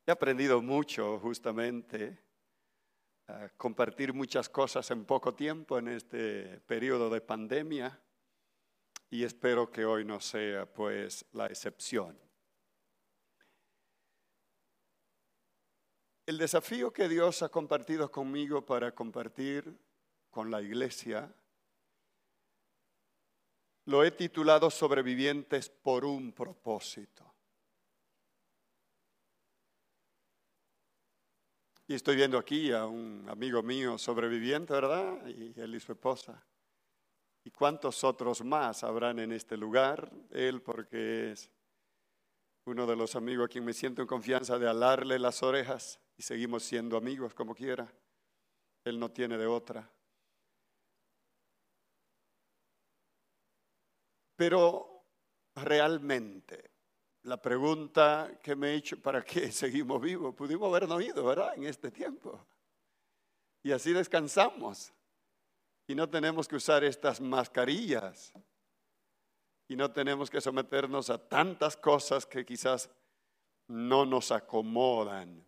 He aprendido mucho justamente a compartir muchas cosas en poco tiempo en este periodo de pandemia y espero que hoy no sea pues la excepción. El desafío que Dios ha compartido conmigo para compartir con la iglesia lo he titulado Sobrevivientes por un propósito. Y estoy viendo aquí a un amigo mío sobreviviente, ¿verdad? Y él y su esposa. ¿Y cuántos otros más habrán en este lugar? Él porque es uno de los amigos a quien me siento en confianza de alarle las orejas y seguimos siendo amigos como quiera. Él no tiene de otra. Pero realmente la pregunta que me he hecho, ¿para qué seguimos vivos? Pudimos habernos ido, ¿verdad? En este tiempo. Y así descansamos. Y no tenemos que usar estas mascarillas. Y no tenemos que someternos a tantas cosas que quizás no nos acomodan.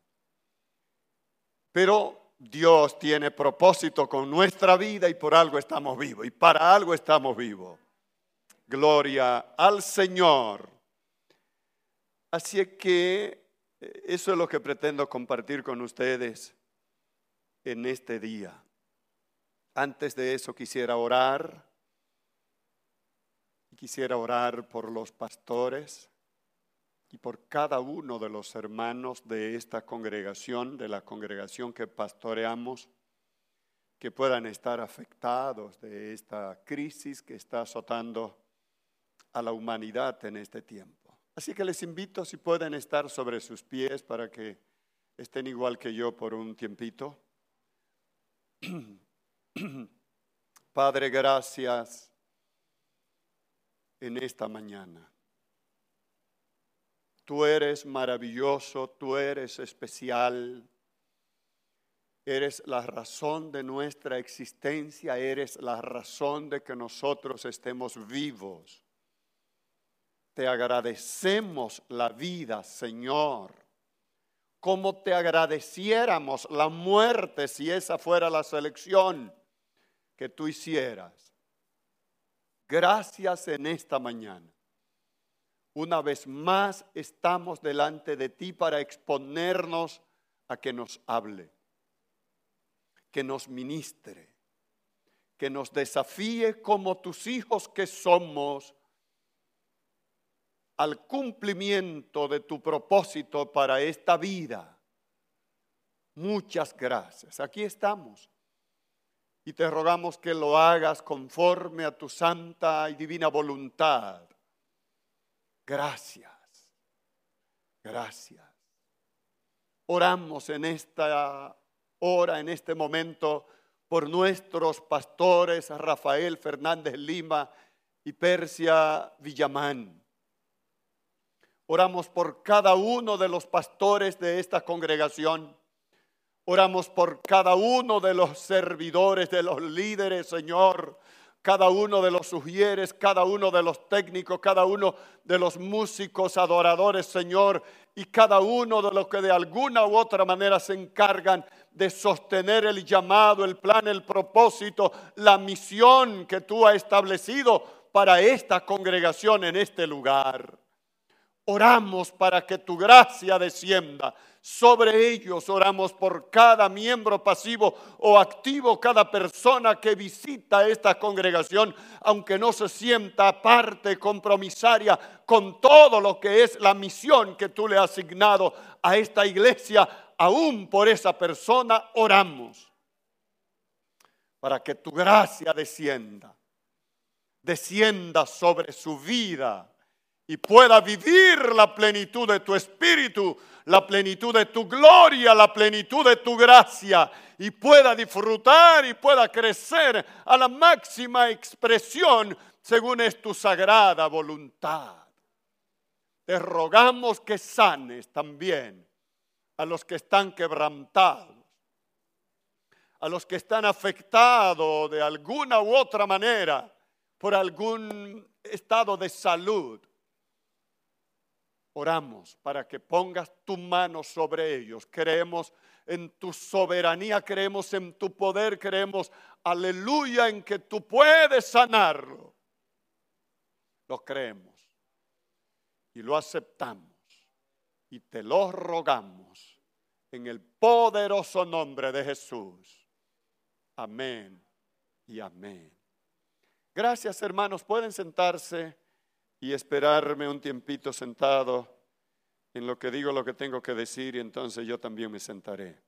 Pero Dios tiene propósito con nuestra vida y por algo estamos vivos. Y para algo estamos vivos. Gloria al Señor. Así es que eso es lo que pretendo compartir con ustedes en este día. Antes de eso quisiera orar por los pastores y por cada uno de los hermanos de esta congregación, de la congregación que pastoreamos, que puedan estar afectados de esta crisis que está azotando a la humanidad en este tiempo. Así que les invito, si pueden estar sobre sus pies para que estén igual que yo por un tiempito. Padre, gracias en esta mañana. Tú eres maravilloso, tú eres especial, eres la razón de nuestra existencia, eres la razón de que nosotros estemos vivos. Te agradecemos la vida, Señor, como te agradeciéramos la muerte si esa fuera la selección que tú hicieras. Gracias en esta mañana. Una vez más estamos delante de ti para exponernos a que nos hable, que nos ministre, que nos desafíe como tus hijos que somos al cumplimiento de tu propósito para esta vida. Muchas gracias. Aquí estamos. Y te rogamos que lo hagas conforme a tu santa y divina voluntad. Gracias. Gracias. Oramos en esta hora, en este momento, por nuestros pastores Rafael Fernández Lima y Persia Villamán. Oramos por cada uno de los pastores de esta congregación. Oramos por cada uno de los servidores, de los líderes, Señor. Cada uno de los sugieres, cada uno de los técnicos, cada uno de los músicos, adoradores, Señor. Y cada uno de los que de alguna u otra manera se encargan de sostener el llamado, el plan, el propósito, la misión que tú has establecido para esta congregación en este lugar. Oramos para que tu gracia descienda sobre ellos. Oramos por cada miembro pasivo o activo, cada persona que visita esta congregación, aunque no se sienta parte compromisaria con todo lo que es la misión que tú le has asignado a esta iglesia. Aún por esa persona oramos para que tu gracia descienda sobre su vida y pueda vivir la plenitud de tu espíritu, la plenitud de tu gloria, la plenitud de tu gracia, y pueda disfrutar y pueda crecer a la máxima expresión según es tu sagrada voluntad. Te rogamos que sanes también a los que están quebrantados, a los que están afectados de alguna u otra manera por algún estado de salud. oramos para que pongas tu mano sobre ellos. Creemos en tu soberanía, creemos en tu poder, creemos, aleluya, en que tú puedes sanarlo. Lo creemos y lo aceptamos y te lo rogamos en el poderoso nombre de Jesús. Amén y amén. Gracias, hermanos. Pueden sentarse y esperarme un tiempito sentado en lo que digo, lo que tengo que decir, y entonces yo también me sentaré.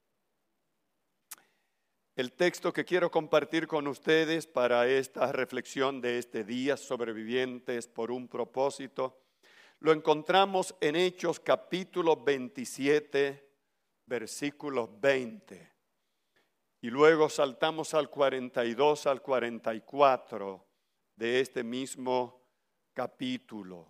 El texto que quiero compartir con ustedes para esta reflexión de este día, sobrevivientes por un propósito, lo encontramos en Hechos capítulo 27, versículos 20. Y luego saltamos al 42, al 44 de este mismo capítulo.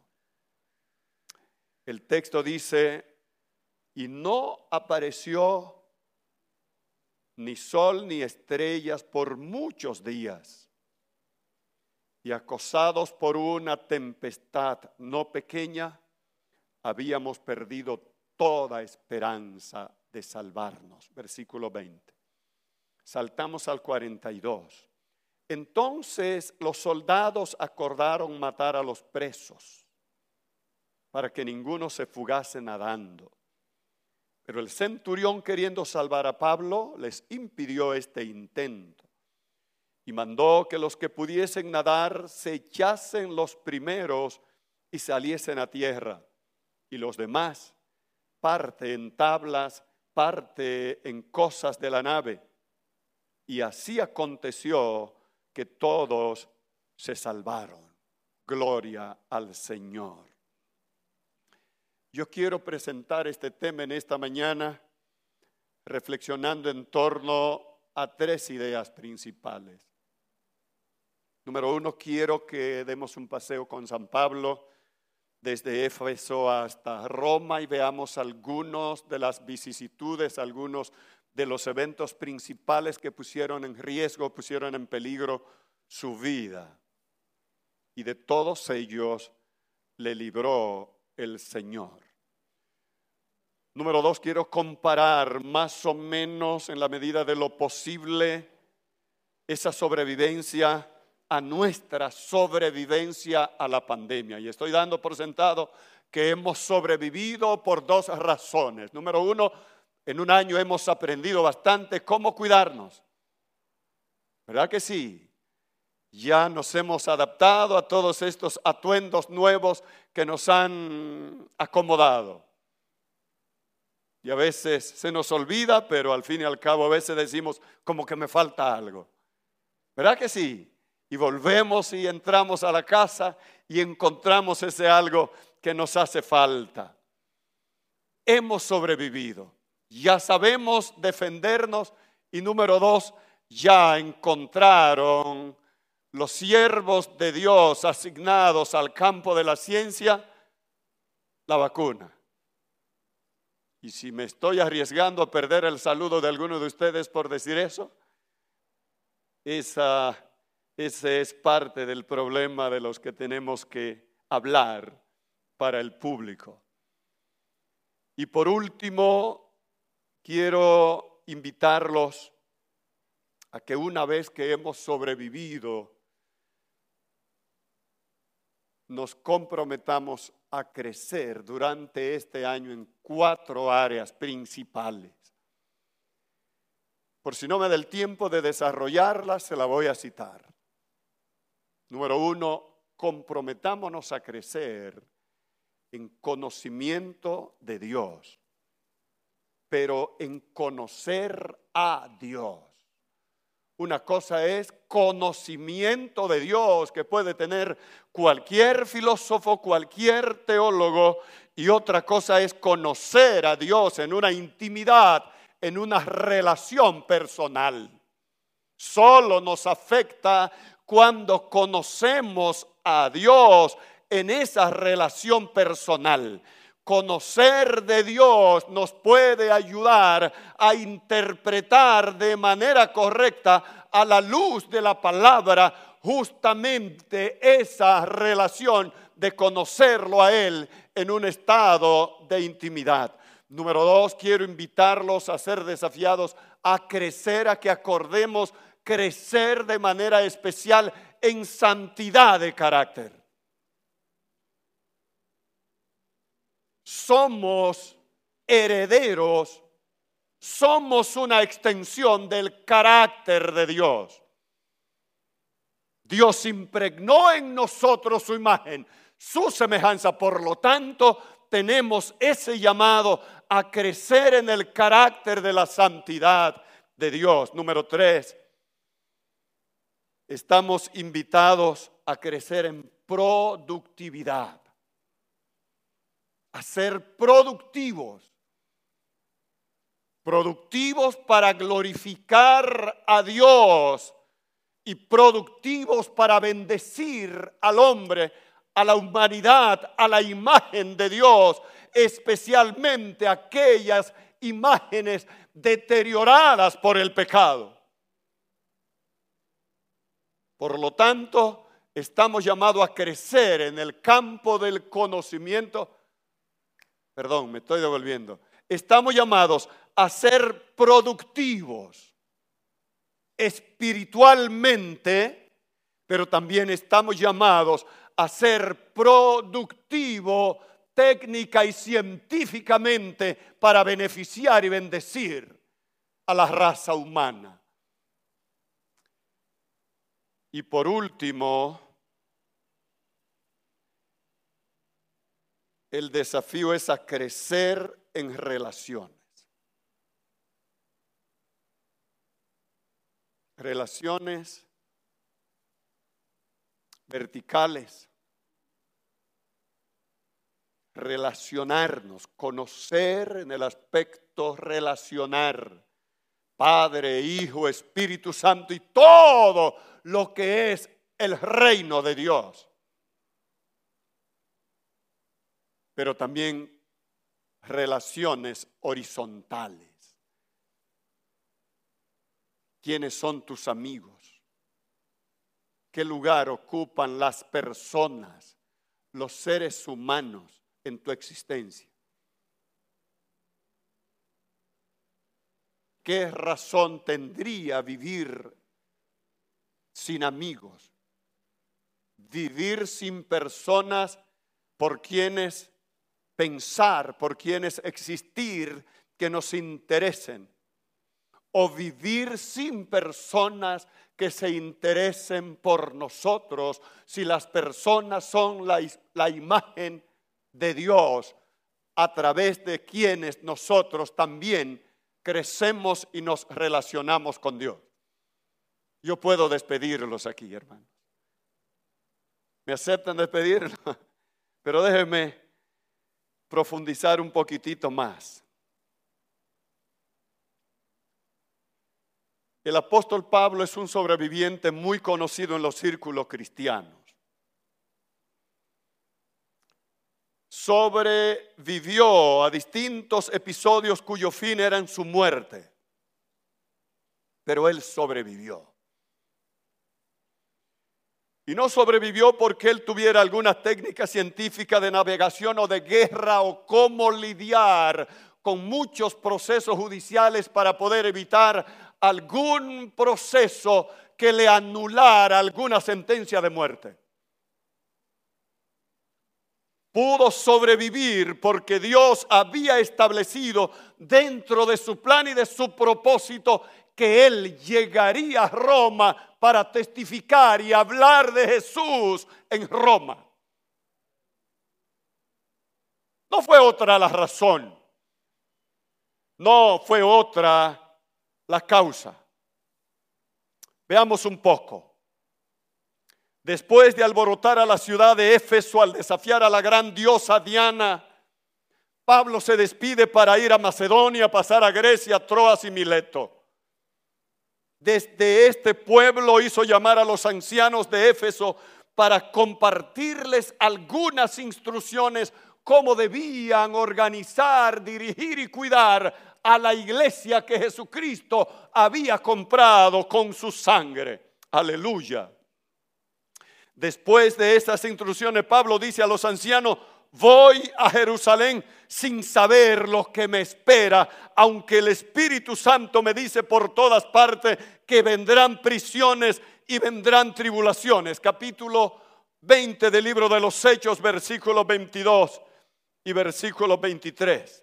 El texto dice: y no apareció ni sol ni estrellas por muchos días, y acosados por una tempestad no pequeña, habíamos perdido toda esperanza de salvarnos. Versículo 20. Saltamos al 42. Entonces los soldados acordaron matar a los presos, para que ninguno se fugase nadando. Pero el centurión, queriendo salvar a Pablo, les impidió este intento y mandó que los que pudiesen nadar se echasen los primeros y saliesen a tierra, y los demás, parte en tablas, parte en cosas de la nave. Y así aconteció que todos se salvaron. Gloria al Señor. Yo quiero presentar este tema en esta mañana reflexionando en torno a tres ideas principales. Número uno, quiero que demos un paseo con San Pablo desde Éfeso hasta Roma y veamos algunos de las vicisitudes, algunos de los eventos principales que pusieron en riesgo, pusieron en peligro su vida. Y de todos ellos le libró el Señor. Número dos, quiero comparar más o menos en la medida de lo posible esa sobrevivencia a nuestra sobrevivencia a la pandemia. Y estoy dando por sentado que hemos sobrevivido por dos razones. Número uno, en un año hemos aprendido bastante cómo cuidarnos. ¿Verdad que sí? Ya nos hemos adaptado a todos estos atuendos nuevos que nos han acomodado. Y a veces se nos olvida, pero al fin y al cabo a veces decimos como que me falta algo. ¿Verdad que sí? Y volvemos y entramos a la casa y encontramos ese algo que nos hace falta. Hemos sobrevivido. Ya sabemos defendernos. Y número dos, ya encontraron los siervos de Dios asignados al campo de la ciencia la vacuna. Y si me estoy arriesgando a perder el saludo de alguno de ustedes por decir eso, ese es parte del problema de los que tenemos que hablar para el público. Y por último, quiero invitarlos a que una vez que hemos sobrevivido, nos comprometamos a crecer durante este año en 4 áreas principales. Por si no me da el tiempo de desarrollarlas, se la voy a citar. Número 1, comprometámonos a crecer en conocimiento de Dios, pero en conocer a Dios. Una cosa es conocimiento de Dios que puede tener cualquier filósofo, cualquier teólogo, y otra cosa es conocer a Dios en una intimidad, en una relación personal. Solo nos afecta cuando conocemos a Dios en esa relación personal. Conocer de Dios nos puede ayudar a interpretar de manera correcta a la luz de la palabra justamente esa relación de conocerlo a Él en un estado de intimidad. Número 2, quiero invitarlos a ser desafiados a crecer, a que acordemos crecer de manera especial en santidad de carácter. Somos herederos, somos una extensión del carácter de Dios. Dios impregnó en nosotros su imagen, su semejanza. Por lo tanto, tenemos ese llamado a crecer en el carácter de la santidad de Dios. Número 3, estamos invitados a crecer en productividad, a ser productivos. Productivos para glorificar a Dios y productivos para bendecir al hombre, a la humanidad, a la imagen de Dios, especialmente aquellas imágenes deterioradas por el pecado. Por lo tanto, estamos llamados a crecer en el campo del conocimiento. Perdón, me estoy devolviendo. Estamos llamados a ser productivos espiritualmente, pero también estamos llamados a ser productivos técnica y científicamente para beneficiar y bendecir a la raza humana. Y por último, el desafío es a crecer en relaciones. Relaciones verticales. Relacionarnos, conocer en el aspecto relacionar. Padre, Hijo, Espíritu Santo y todo lo que es el reino de Dios. Pero también relaciones horizontales. ¿Quiénes son tus amigos? ¿Qué lugar ocupan las personas, los seres humanos en tu existencia? ¿Qué razón tendría vivir sin amigos? Vivir sin personas por quienes pensar, por quienes existir, que nos interesen. O vivir sin personas que se interesen por nosotros, si las personas son la imagen de Dios, a través de quienes nosotros también crecemos y nos relacionamos con Dios. Yo puedo despedirlos aquí, hermanos. ¿Me aceptan despedirlos? Pero déjenme profundizar un poquitito más. El apóstol Pablo es un sobreviviente muy conocido en los círculos cristianos. Sobrevivió a distintos episodios cuyo fin era su muerte, pero él sobrevivió. Y no sobrevivió porque él tuviera alguna técnica científica de navegación o de guerra o cómo lidiar con muchos procesos judiciales para poder evitar algún proceso que le anulara alguna sentencia de muerte. Pudo sobrevivir porque Dios había establecido dentro de su plan y de su propósito que él llegaría a Roma para testificar y hablar de Jesús en Roma. No fue otra la razón, no fue otra la causa. Veamos un poco. Después de alborotar a la ciudad de Éfeso al desafiar a la gran diosa Diana, Pablo se despide para ir a Macedonia, pasar a Grecia, Troas y Mileto. Desde este pueblo hizo llamar a los ancianos de Éfeso para compartirles algunas instrucciones cómo debían organizar, dirigir y cuidar a la iglesia que Jesucristo había comprado con su sangre. Aleluya. Después de estas instrucciones, Pablo dice a los ancianos: voy a Jerusalén sin saber lo que me espera, aunque el Espíritu Santo me dice por todas partes que vendrán prisiones y vendrán tribulaciones. Capítulo 20 del libro de los Hechos, versículos 22 y versículos 23.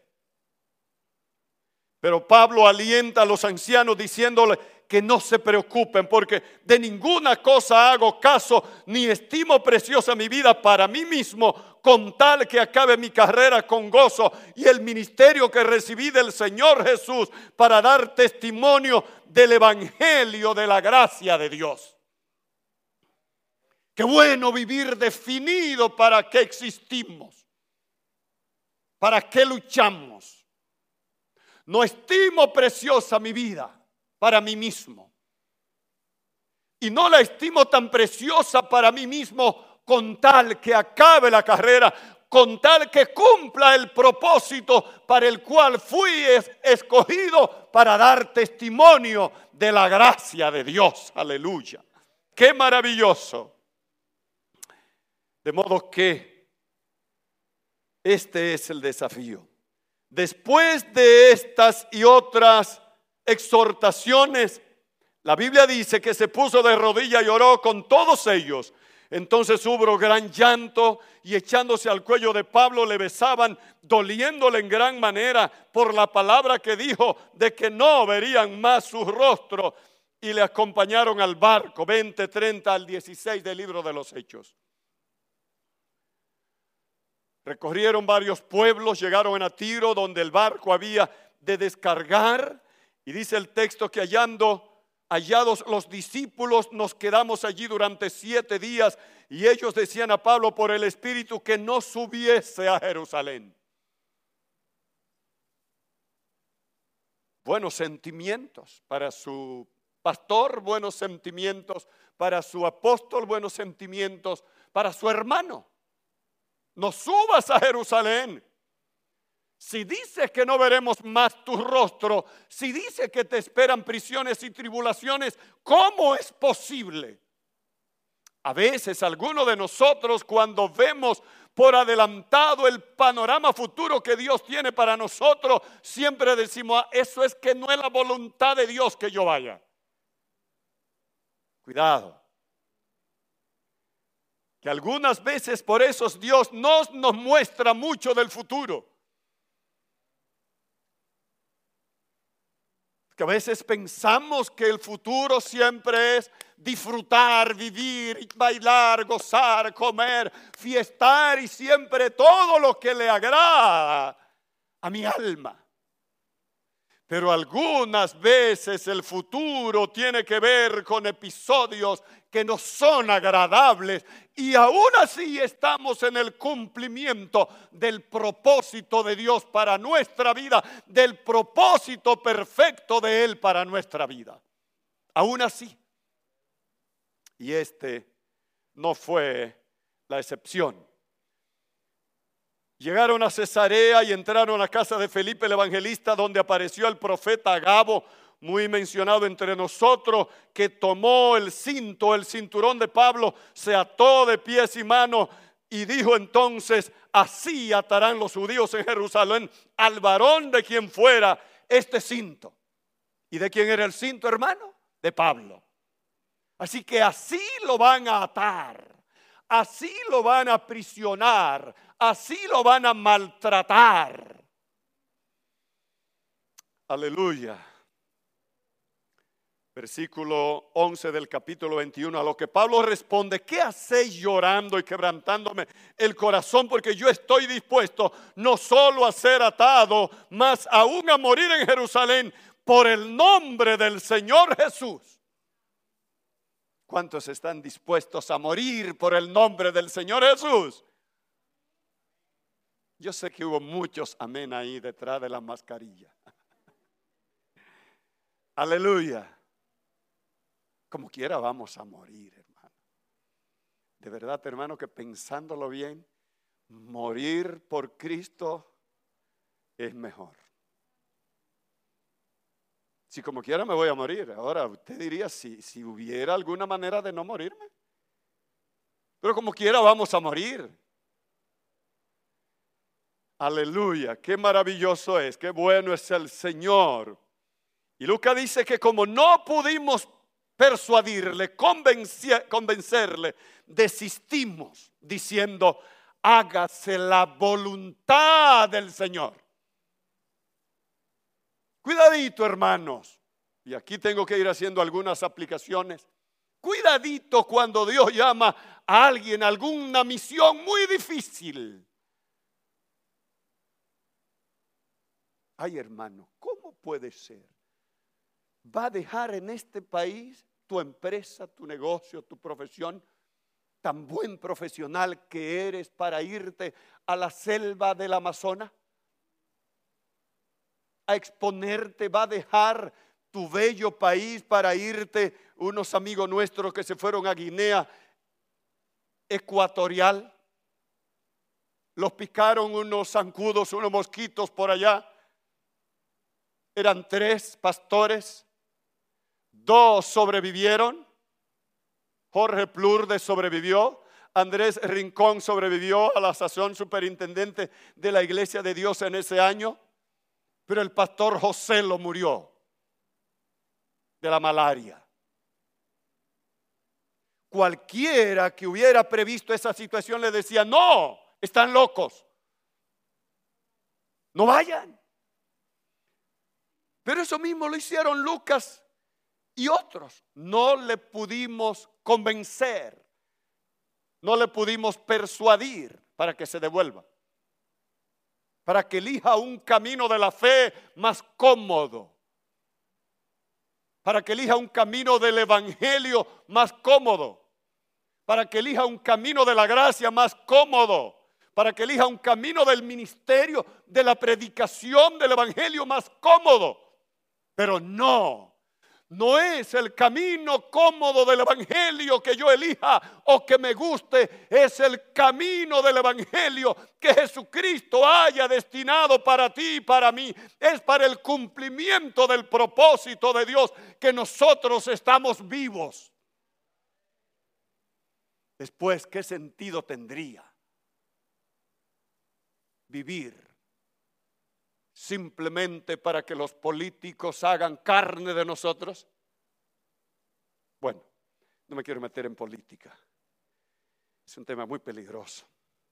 Pero Pablo alienta a los ancianos diciéndole que no se preocupen, porque de ninguna cosa hago caso, ni estimo preciosa mi vida para mí mismo, con tal que acabe mi carrera con gozo y el ministerio que recibí del Señor Jesús para dar testimonio del evangelio de la gracia de Dios. Qué bueno vivir definido para qué existimos, para qué luchamos. No estimo preciosa mi vida para mí mismo. Y no la estimo tan preciosa para mí mismo con tal que acabe la carrera, con tal que cumpla el propósito para el cual fui escogido, para dar testimonio de la gracia de Dios. Aleluya. Qué maravilloso. De modo que este es el desafío. Después de estas y otras exhortaciones, la Biblia dice que se puso de rodillas y oró con todos ellos. Entonces hubo gran llanto y echándose al cuello de Pablo le besaban, doliéndole en gran manera por la palabra que dijo de que no verían más su rostro, y le acompañaron al barco. 20, 30 al 16 del libro de los Hechos. Recorrieron varios pueblos, llegaron a Tiro, donde el barco había de descargar. Y dice el texto que hallados los discípulos, nos quedamos allí durante 7 días. Y ellos decían a Pablo por el Espíritu que no subiese a Jerusalén. Buenos sentimientos para su pastor, buenos sentimientos para su apóstol, buenos sentimientos para su hermano. No subas a Jerusalén. Si dices que no veremos más tu rostro, si dices que te esperan prisiones y tribulaciones, ¿cómo es posible? A veces algunos de nosotros, cuando vemos por adelantado el panorama futuro que Dios tiene para nosotros, siempre decimos, eso es que no es la voluntad de Dios que yo vaya. Cuidado. Que algunas veces por eso Dios nos muestra mucho del futuro. Que a veces pensamos que el futuro siempre es disfrutar, vivir, bailar, gozar, comer, fiestar y siempre todo lo que le agrada a mi alma. Pero algunas veces el futuro tiene que ver con episodios que no son agradables y aún así estamos en el cumplimiento del propósito de Dios para nuestra vida, del propósito perfecto de Él para nuestra vida. Aún así. Y este no fue la excepción. Llegaron a Cesarea y entraron a casa de Felipe el evangelista, donde apareció el profeta Agabo, muy mencionado entre nosotros, que tomó el cinturón de Pablo, se ató de pies y manos y dijo entonces: así atarán los judíos en Jerusalén al varón de quien fuera este cinto. ¿Y de quién era el cinto, hermano? De Pablo. Así que así lo van a atar, así lo van a aprisionar, así lo van a maltratar. Aleluya. Versículo 11 del capítulo 21, a lo que Pablo responde: ¿qué hacéis llorando y quebrantándome el corazón? Porque yo estoy dispuesto no solo a ser atado, mas aún a morir en Jerusalén por el nombre del Señor Jesús. ¿Cuántos están dispuestos a morir por el nombre del Señor Jesús? Yo sé que hubo muchos amén ahí detrás de la mascarilla. Aleluya. Como quiera vamos a morir, hermano. De verdad, hermano, que pensándolo bien, morir por Cristo es mejor. Si como quiera me voy a morir. Ahora usted diría si hubiera alguna manera de no morirme. Pero como quiera vamos a morir. Aleluya, qué maravilloso es, qué bueno es el Señor. Y Lucas dice que como no pudimos persuadirle, convencerle, desistimos diciendo, hágase la voluntad del Señor. Cuidadito, hermanos, y aquí tengo que ir haciendo algunas aplicaciones. Cuidadito cuando Dios llama a alguien a alguna misión muy difícil. Ay, hermano, ¿cómo puede ser? ¿Va a dejar en este país tu empresa, tu negocio, tu profesión, tan buen profesional que eres, para irte a la selva del Amazonas? A exponerte, va a dejar tu bello país para irte. Unos amigos nuestros que se fueron a Guinea Ecuatorial, los picaron unos zancudos, unos mosquitos por allá. Eran 3 pastores, 2 sobrevivieron. Jorge Plurde sobrevivió. Andrés Rincón sobrevivió, a la sazón superintendente de la Iglesia de Dios en ese año. Pero el pastor José lo murió de la malaria. Cualquiera que hubiera previsto esa situación le decía, no, están locos, no vayan. Pero eso mismo lo hicieron Lucas y otros. No le pudimos convencer, no le pudimos persuadir para que se devuelva, para que elija un camino de la fe más cómodo, para que elija un camino del evangelio más cómodo, para que elija un camino de la gracia más cómodo, para que elija un camino del ministerio, de la predicación del evangelio más cómodo. Pero no es el camino cómodo del evangelio que yo elija o que me guste, es el camino del evangelio que Jesucristo haya destinado para ti y para mí. Es para el cumplimiento del propósito de Dios que nosotros estamos vivos. Después, ¿qué sentido tendría vivir simplemente para que los políticos hagan carne de nosotros? Bueno, no me quiero meter en política, es un tema muy peligroso.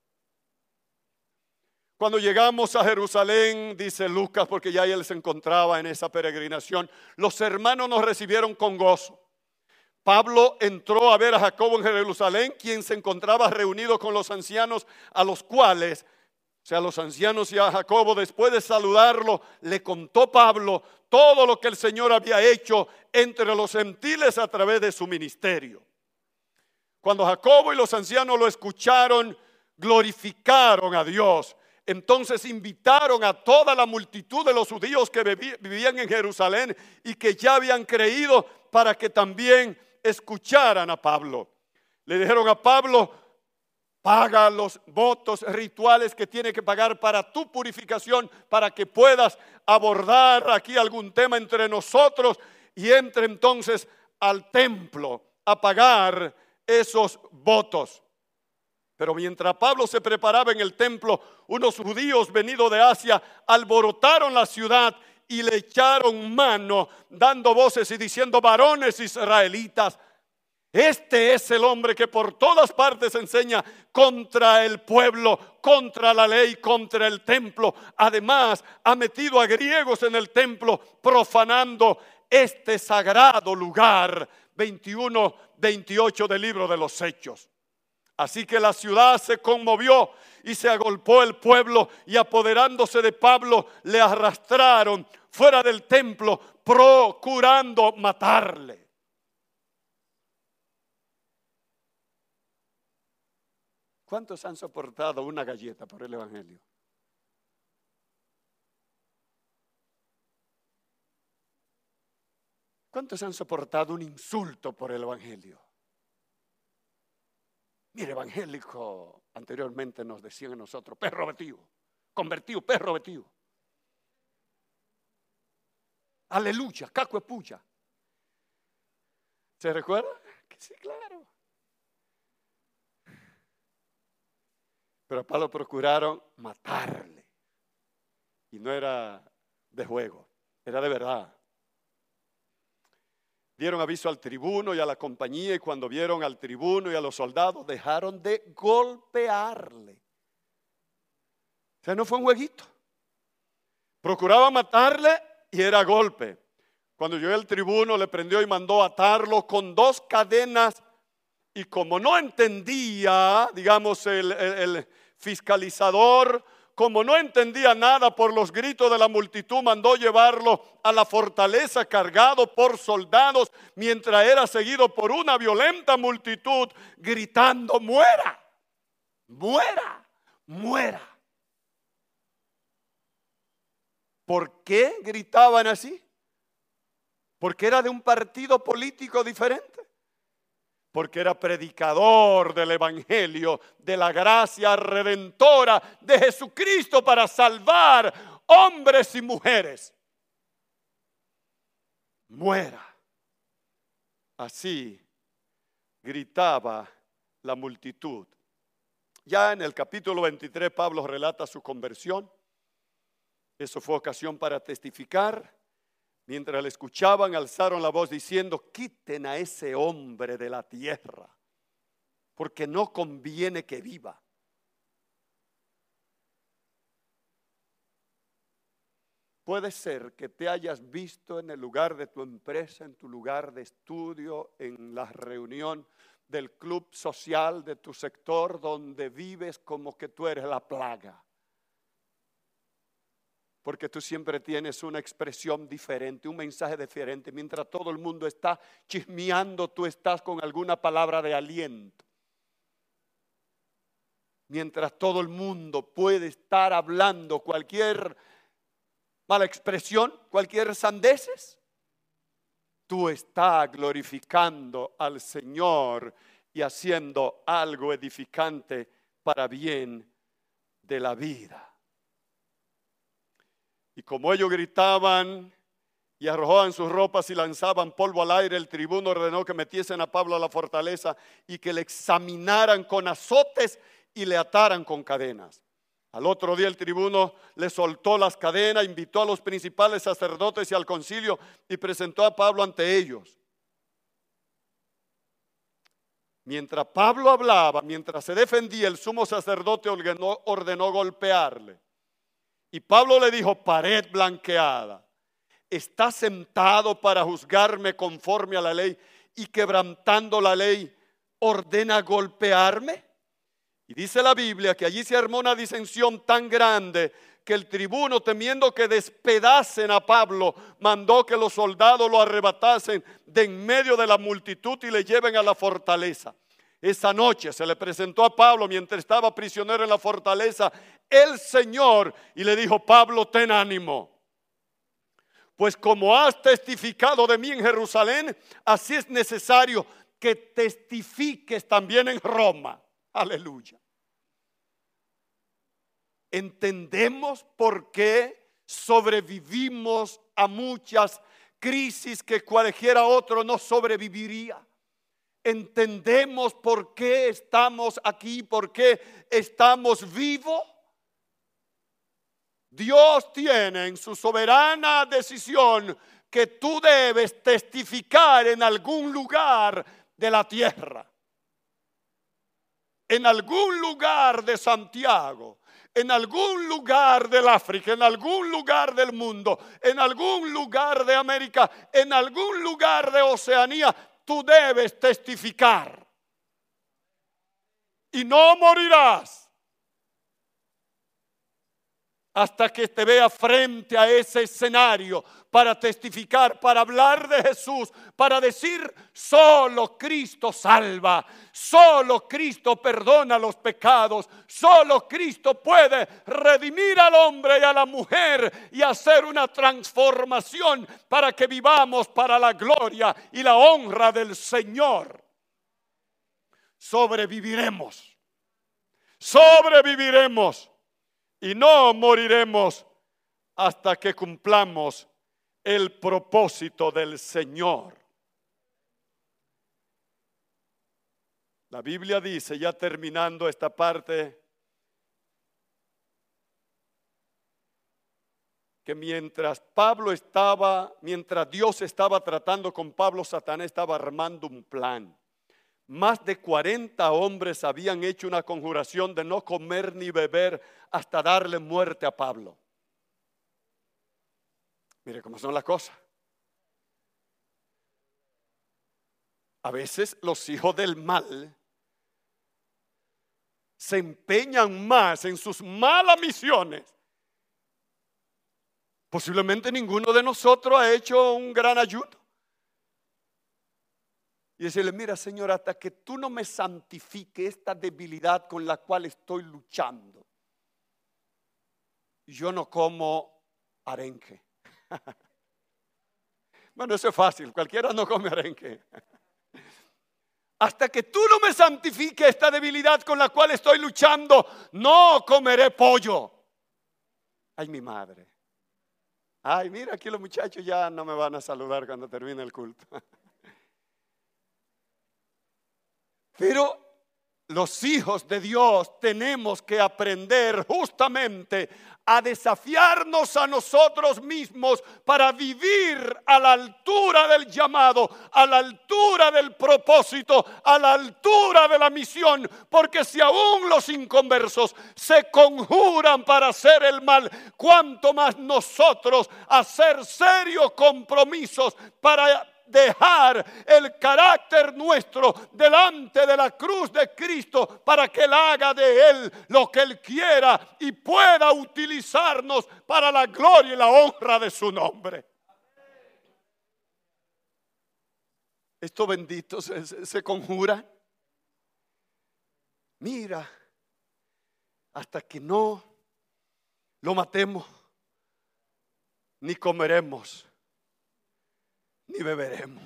Cuando llegamos a Jerusalén, dice Lucas, porque ya él se encontraba en esa peregrinación, los hermanos nos recibieron con gozo. Pablo entró a ver a Jacobo en Jerusalén, quien se encontraba reunido con los ancianos, a los cuales, o sea, los ancianos y a Jacobo, después de saludarlo, le contó Pablo todo lo que el Señor había hecho entre los gentiles a través de su ministerio. Cuando Jacobo y los ancianos lo escucharon, glorificaron a Dios. Entonces invitaron a toda la multitud de los judíos que vivían en Jerusalén y que ya habían creído, para que también escucharan a Pablo. Le dijeron a Pablo: paga los votos rituales que tiene que pagar para tu purificación, para que puedas abordar aquí algún tema entre nosotros y entre entonces al templo a pagar esos votos. Pero mientras Pablo se preparaba en el templo, unos judíos venidos de Asia alborotaron la ciudad y le echaron mano, dando voces y diciendo: varones israelitas, este es el hombre que por todas partes enseña contra el pueblo, contra la ley, contra el templo. Además, ha metido a griegos en el templo, profanando este sagrado lugar. 21-28 del libro de los Hechos. Así que la ciudad se conmovió y se agolpó el pueblo, y apoderándose de Pablo le arrastraron fuera del templo, procurando matarle. ¿Cuántos han soportado una galleta por el evangelio? ¿Cuántos han soportado un insulto por el evangelio? Mire, evangélico, anteriormente nos decían a nosotros: perro metido, convertido, perro metido. Aleluya, caco es puya. ¿Se recuerda? Sí, claro. Pero a Pablo procuraron matarle. Y no era de juego, era de verdad. Dieron aviso al tribuno y a la compañía, y cuando vieron al tribuno y a los soldados, dejaron de golpearle. O sea, no fue un jueguito. Procuraba matarle y era golpe. Cuando llegó el tribuno, le prendió y mandó atarlo con 2 cadenas. Y como no entendía, digamos, el fiscalizador, como no entendía nada por los gritos de la multitud, mandó llevarlo a la fortaleza cargado por soldados, mientras era seguido por una violenta multitud gritando: muera, muera, muera. ¿Por qué gritaban así? Porque era de un partido político diferente. Porque era predicador del evangelio, de la gracia redentora de Jesucristo para salvar hombres y mujeres. Muera. Así gritaba la multitud. Ya en el capítulo 23 Pablo relata su conversión. Eso fue ocasión para testificar. Mientras le escuchaban, alzaron la voz diciendo: quiten a ese hombre de la tierra, porque no conviene que viva. Puede ser que te hayas visto en el lugar de tu empresa, en tu lugar de estudio, en la reunión del club social de tu sector, donde vives como que tú eres la plaga. Porque tú siempre tienes una expresión diferente, un mensaje diferente. Mientras todo el mundo está chismeando, tú estás con alguna palabra de aliento. Mientras todo el mundo puede estar hablando cualquier mala expresión, cualquier sandeces, tú estás glorificando al Señor y haciendo algo edificante para bien de la vida. Y como ellos gritaban y arrojaban sus ropas y lanzaban polvo al aire, el tribuno ordenó que metiesen a Pablo a la fortaleza y que le examinaran con azotes y le ataran con cadenas. Al otro día el tribuno le soltó las cadenas, invitó a los principales sacerdotes y al concilio y presentó a Pablo ante ellos. Mientras Pablo hablaba, mientras se defendía, el sumo sacerdote ordenó golpearle. Y Pablo le dijo: pared blanqueada, ¿estás sentado para juzgarme conforme a la ley y quebrantando la ley ordena golpearme? Y dice la Biblia que allí se armó una disensión tan grande que el tribuno, temiendo que despedacen a Pablo, mandó que los soldados lo arrebatasen de en medio de la multitud y le lleven a la fortaleza. Esa noche se le presentó a Pablo mientras estaba prisionero en la fortaleza el Señor y le dijo: Pablo, ten ánimo, pues como has testificado de mí en Jerusalén, así es necesario que testifiques también en Roma. Aleluya. Entendemos por qué sobrevivimos a muchas crisis que cualquiera otro no sobreviviría. Entendemos por qué estamos aquí, por qué estamos vivos. Dios tiene en su soberana decisión que tú debes testificar en algún lugar de la tierra, en algún lugar de Santiago, en algún lugar del África, en algún lugar del mundo, en algún lugar de América, en algún lugar de Oceanía. Tú debes testificar y no morirás hasta que te vea frente a ese escenario para testificar, para hablar de Jesús, para decir: solo Cristo salva, solo Cristo perdona los pecados, solo Cristo puede redimir al hombre y a la mujer y hacer una transformación para que vivamos para la gloria y la honra del Señor. Sobreviviremos, sobreviviremos. Y no moriremos hasta que cumplamos el propósito del Señor. La Biblia dice, ya terminando esta parte, que mientras Dios estaba tratando con Pablo, Satanás estaba armando un plan. Más de 40 hombres habían hecho una conjuración de no comer ni beber hasta darle muerte a Pablo. Mire cómo son las cosas. A veces los hijos del mal se empeñan más en sus malas misiones. Posiblemente ninguno de nosotros ha hecho un gran ayuno. Y decirle, mira, Señor, hasta que tú no me santifiques esta debilidad con la cual estoy luchando, yo no como arenque. Bueno, eso es fácil, cualquiera no come arenque. Hasta que tú no me santifiques esta debilidad con la cual estoy luchando, no comeré pollo. Ay, mi madre. Ay, mira, aquí los muchachos ya no me van a saludar cuando termine el culto. Pero los hijos de Dios tenemos que aprender justamente a desafiarnos a nosotros mismos para vivir a la altura del llamado, a la altura del propósito, a la altura de la misión. Porque si aún los inconversos se conjuran para hacer el mal, cuánto más nosotros hacer serios compromisos para dejar el carácter nuestro delante de la cruz de Cristo para que Él haga de Él lo que Él quiera y pueda utilizarnos para la gloria y la honra de su nombre. Estos benditos se conjuran. Mira, hasta que no lo matemos, ni comeremos, ni beberemos.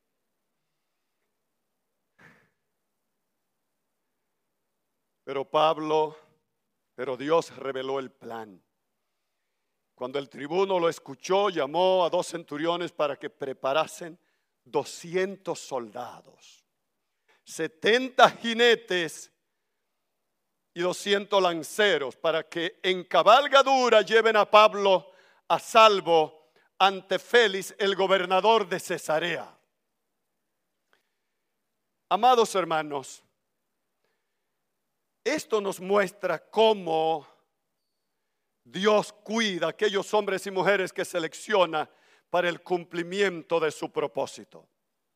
Pero Dios reveló el plan. Cuando el tribuno lo escuchó, llamó a 2 centuriones para que preparasen 200 soldados, 70 jinetes y 200 lanceros, para que en cabalgadura lleven a Pablo a salvo ante Félix, el gobernador de Cesarea. Amados hermanos, esto nos muestra cómo Dios cuida a aquellos hombres y mujeres que selecciona para el cumplimiento de su propósito.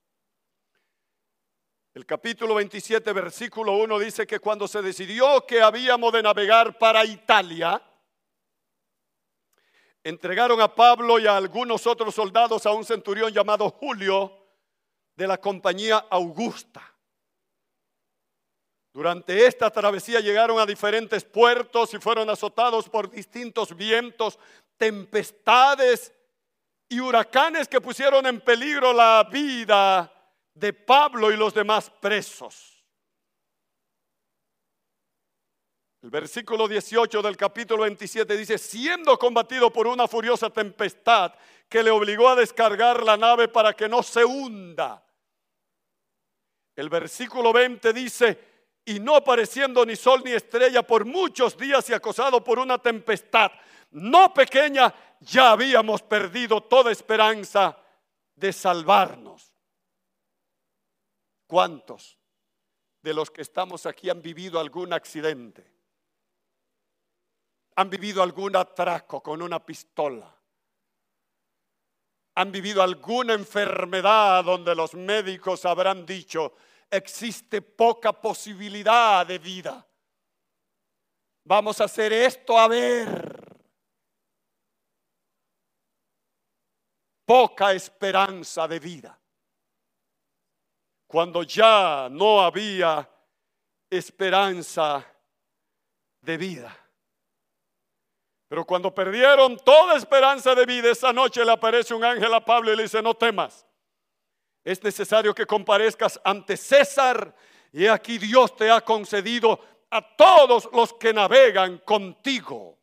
El capítulo 27, versículo 1 dice que cuando se decidió que habíamos de navegar para Italia, entregaron a Pablo y a algunos otros soldados a un centurión llamado Julio de la compañía Augusta. Durante esta travesía llegaron a diferentes puertos y fueron azotados por distintos vientos, tempestades y huracanes que pusieron en peligro la vida de Pablo y los demás presos. El versículo 18 del capítulo 27 dice, siendo combatido por una furiosa tempestad que le obligó a descargar la nave para que no se hunda. El versículo 20 dice, y no apareciendo ni sol ni estrella por muchos días y acosado por una tempestad no pequeña, ya habíamos perdido toda esperanza de salvarnos. ¿Cuántos de los que estamos aquí han vivido algún accidente? ¿Han vivido algún atraco con una pistola? ¿Han vivido alguna enfermedad donde los médicos habrán dicho, existe poca posibilidad de vida? Vamos a hacer esto a ver. Poca esperanza de vida. Cuando ya no había esperanza de vida. Pero cuando perdieron toda esperanza de vida, esa noche le aparece un ángel a Pablo y le dice, no temas. Es necesario que comparezcas ante César y aquí Dios te ha concedido a todos los que navegan contigo.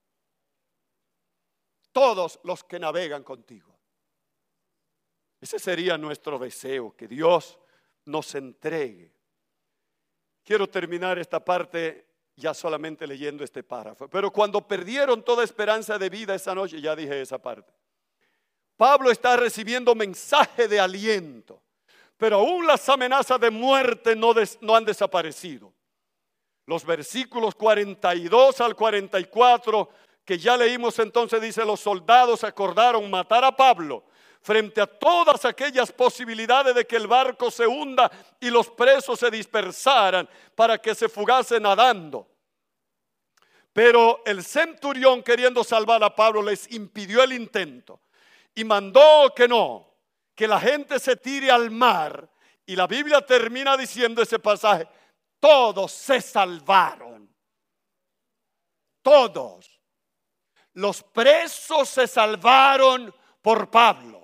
Todos los que navegan contigo. Ese sería nuestro deseo, que Dios nos entregue. Quiero terminar esta parte ya solamente leyendo este párrafo. Pero cuando perdieron toda esperanza de vida esa noche, ya dije esa parte. Pablo está recibiendo mensaje de aliento, pero aún las amenazas de muerte no han desaparecido. Los versículos 42 al 44 que ya leímos entonces dice: los soldados acordaron matar a Pablo frente a todas aquellas posibilidades de que el barco se hunda y los presos se dispersaran para que se fugasen nadando. Pero el centurión, queriendo salvar a Pablo, les impidió el intento y mandó que la gente se tire al mar. Y la Biblia termina diciendo ese pasaje: todos se salvaron. Todos. Los presos se salvaron por Pablo.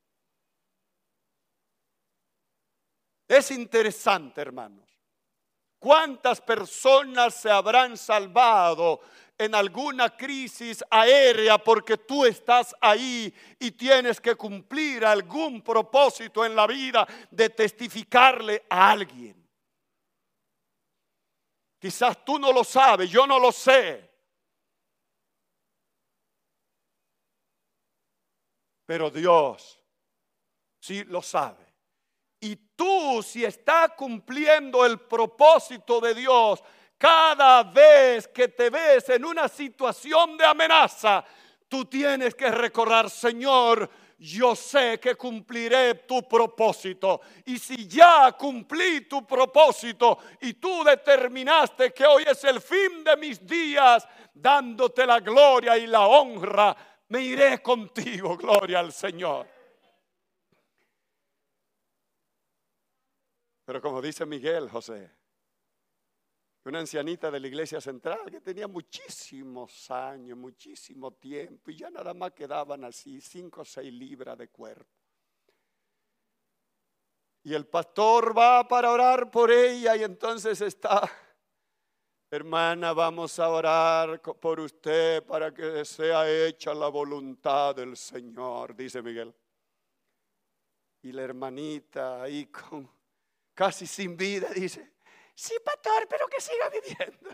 Es interesante, hermanos. ¿Cuántas personas se habrán salvado en alguna crisis aérea porque tú estás ahí y tienes que cumplir algún propósito en la vida de testificarle a alguien? Quizás tú no lo sabes, yo no lo sé. Pero Dios sí lo sabe. Y tú, si estás cumpliendo el propósito de Dios, cada vez que te ves en una situación de amenaza, tú tienes que recordar: Señor, yo sé que cumpliré tu propósito. Y si ya cumplí tu propósito y tú determinaste que hoy es el fin de mis días, dándote la gloria y la honra, me iré contigo. Gloria al Señor. Pero como dice Miguel José, una ancianita de la iglesia central que tenía muchísimos años, muchísimo tiempo, y ya nada más quedaban así 5 o 6 libras de cuerpo. Y el pastor va para orar por ella y entonces está: hermana, vamos a orar por usted para que sea hecha la voluntad del Señor, dice Miguel. Y la hermanita ahí casi sin vida dice: sí, pastor, pero que siga viviendo.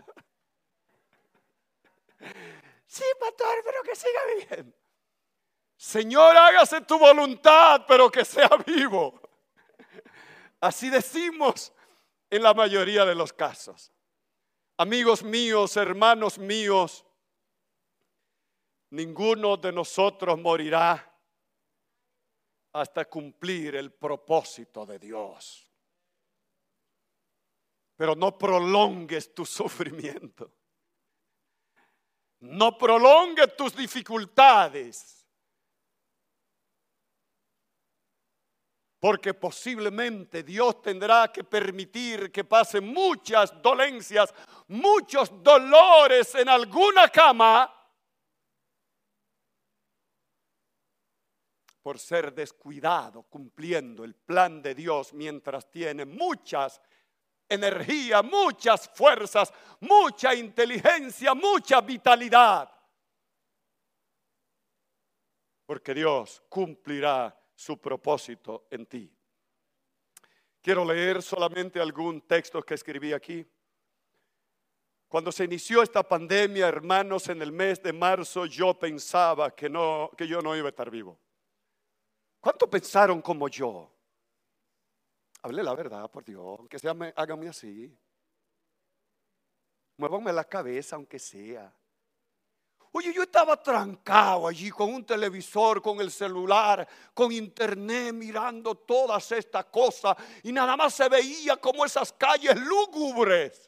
Sí, pastor, pero que siga viviendo. Señor, hágase tu voluntad, pero que sea vivo. Así decimos en la mayoría de los casos. Amigos míos, hermanos míos, ninguno de nosotros morirá hasta cumplir el propósito de Dios. Pero no prolongues tu sufrimiento. No prolongues tus dificultades. Porque posiblemente Dios tendrá que permitir que pasen muchas dolencias, muchos dolores en alguna cama, por ser descuidado cumpliendo el plan de Dios mientras tiene muchas energía, muchas fuerzas, mucha inteligencia, mucha vitalidad. Porque Dios cumplirá su propósito en ti. Quiero leer solamente algún texto que escribí aquí. Cuando se inició esta pandemia, hermanos, en el mes de marzo, yo pensaba que yo no iba a estar vivo. ¿Cuánto pensaron como yo? Hable la verdad, por Dios, aunque sea, háganme así. Muévanme la cabeza, aunque sea. Oye, yo estaba trancado allí con un televisor, con el celular, con internet, mirando todas estas cosas, y nada más se veía como esas calles lúgubres.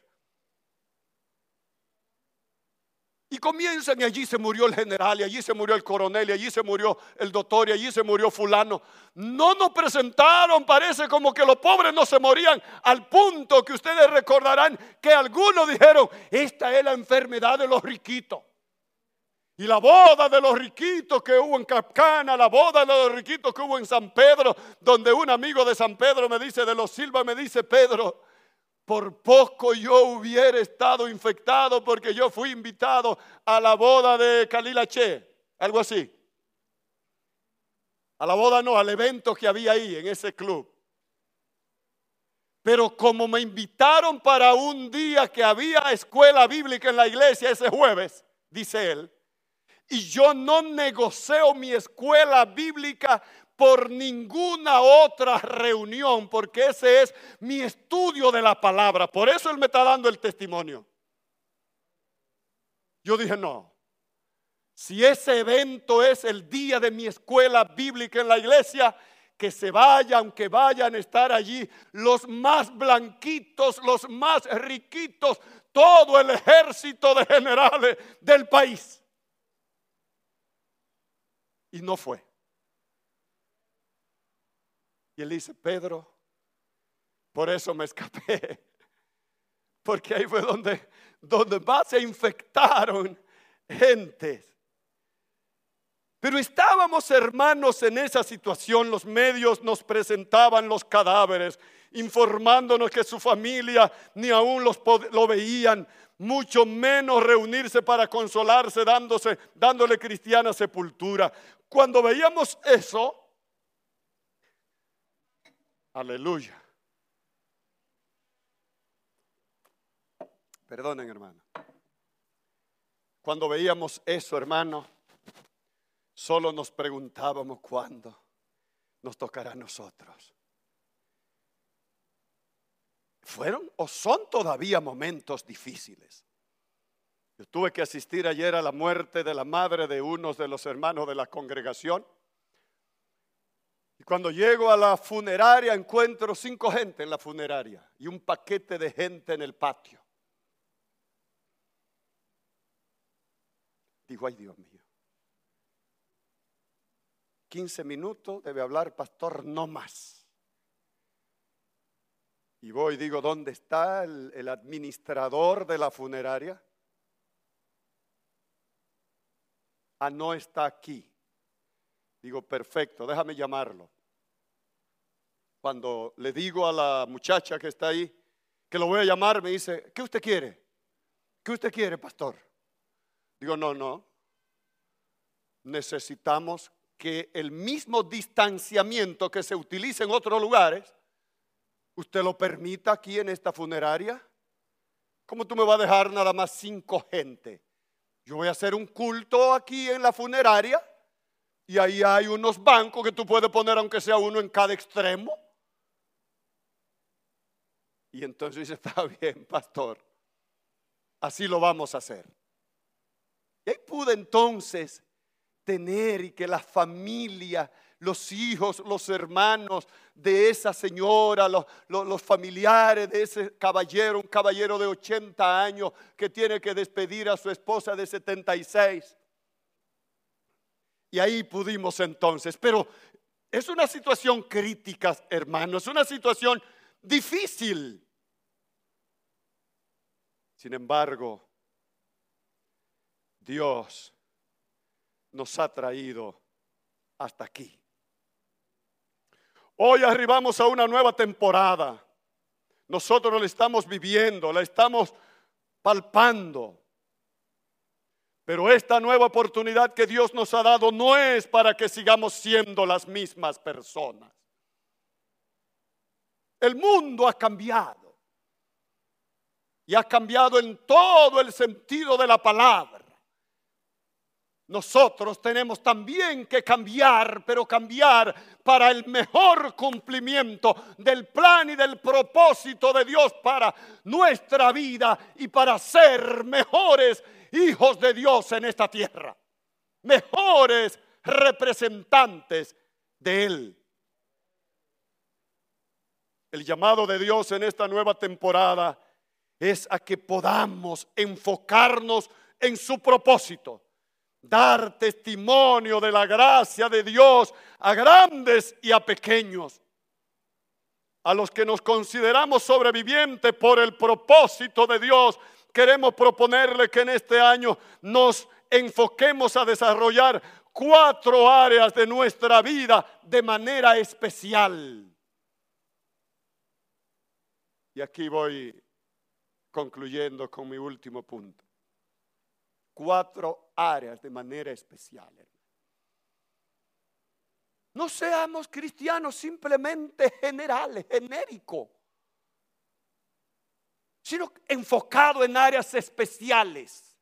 Y comienzan, y allí se murió el general, y allí se murió el coronel, y allí se murió el doctor, y allí se murió fulano. No nos presentaron, parece como que los pobres no se morían, al punto que ustedes recordarán que algunos dijeron: esta es la enfermedad de los riquitos. Y la boda de los riquitos que hubo en Capcana, la boda de los riquitos que hubo en San Pedro, donde un amigo de San Pedro me dice, de los Silva, me dice: Pedro, por poco yo hubiera estado infectado porque yo fui invitado a la boda de Kalila Che, algo así. A la boda no, al evento que había ahí en ese club. Pero como me invitaron para un día que había escuela bíblica en la iglesia ese jueves, dice él, y yo no negocio mi escuela bíblica por ninguna otra reunión, porque ese es mi estudio de la palabra. Por eso él me está dando el testimonio. Yo dije, no, si ese evento es el día de mi escuela bíblica en la iglesia, que se vaya, aunque vayan a estar allí los más blanquitos, los más riquitos, todo el ejército de generales del país. Y no fue. Y él dice, Pedro, por eso me escapé. Porque ahí fue donde más se infectaron gentes. Pero estábamos, hermanos, en esa situación. Los medios nos presentaban los cadáveres, informándonos que su familia ni aún lo veían, mucho menos reunirse para consolarse, dándole cristiana sepultura. Cuando veíamos eso, aleluya. Perdonen, hermano. Cuando veíamos eso, hermano, solo nos preguntábamos cuándo nos tocará a nosotros. Fueron o son todavía momentos difíciles. Yo tuve que asistir ayer a la muerte de la madre de uno de los hermanos de la congregación. Y cuando llego a la funeraria encuentro 5 gente en la funeraria y un paquete de gente en el patio. Digo, ay Dios mío. 15 minutos debe hablar, pastor, no más. Y voy y digo, ¿dónde está el administrador de la funeraria? Ah, no está aquí. Digo, perfecto, déjame llamarlo. Cuando le digo a la muchacha que está ahí, que lo voy a llamar, me dice, ¿qué usted quiere? ¿Qué usted quiere, pastor? Digo, no. Necesitamos que el mismo distanciamiento que se utiliza en otros lugares, usted lo permita aquí en esta funeraria. ¿Cómo tú me vas a dejar nada más 5 gente? Yo voy a hacer un culto aquí en la funeraria y ahí hay unos bancos que tú puedes poner aunque sea uno en cada extremo. Y entonces dice, está bien, pastor, así lo vamos a hacer. Y ahí pude entonces tener y que la familia, los hijos, los hermanos de esa señora, los familiares de ese caballero, un caballero de 80 años que tiene que despedir a su esposa de 76. Y ahí pudimos entonces, pero es una situación crítica, hermanos, es una situación difícil. Sin embargo, Dios nos ha traído hasta aquí. Hoy arribamos a una nueva temporada. Nosotros la estamos viviendo, la estamos palpando. Pero esta nueva oportunidad que Dios nos ha dado no es para que sigamos siendo las mismas personas. El mundo ha cambiado. Y ha cambiado en todo el sentido de la palabra. Nosotros tenemos también que cambiar, pero cambiar para el mejor cumplimiento del plan y del propósito de Dios para nuestra vida y para ser mejores hijos de Dios en esta tierra, mejores representantes de Él. El llamado de Dios en esta nueva temporada es a que podamos enfocarnos en su propósito. Dar testimonio de la gracia de Dios a grandes y a pequeños. A los que nos consideramos sobrevivientes por el propósito de Dios, queremos proponerle que en este año nos enfoquemos a desarrollar 4 áreas de nuestra vida de manera especial. Y aquí voy concluyendo con mi último punto. 4 áreas de manera especial. No seamos cristianos simplemente generales, genéricos. sino enfocado en áreas especiales.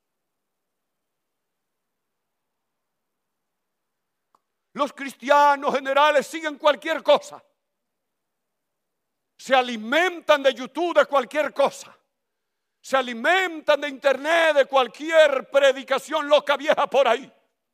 Los cristianos generales siguen cualquier cosa. Se alimentan de YouTube, de cualquier cosa. Se alimentan de internet, de cualquier predicación loca vieja por ahí.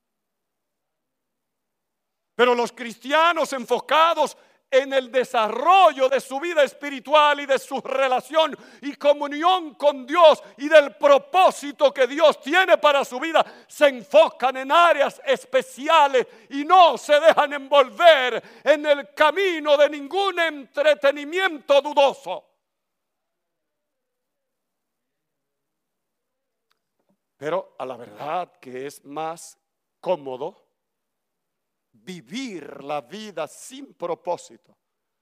Pero los cristianos enfocados en el desarrollo de su vida espiritual y de su relación y comunión con Dios y del propósito que Dios tiene para su vida, se enfocan en áreas especiales y no se dejan envolver en el camino de ningún entretenimiento dudoso. Pero a la verdad que es más cómodo vivir la vida sin propósito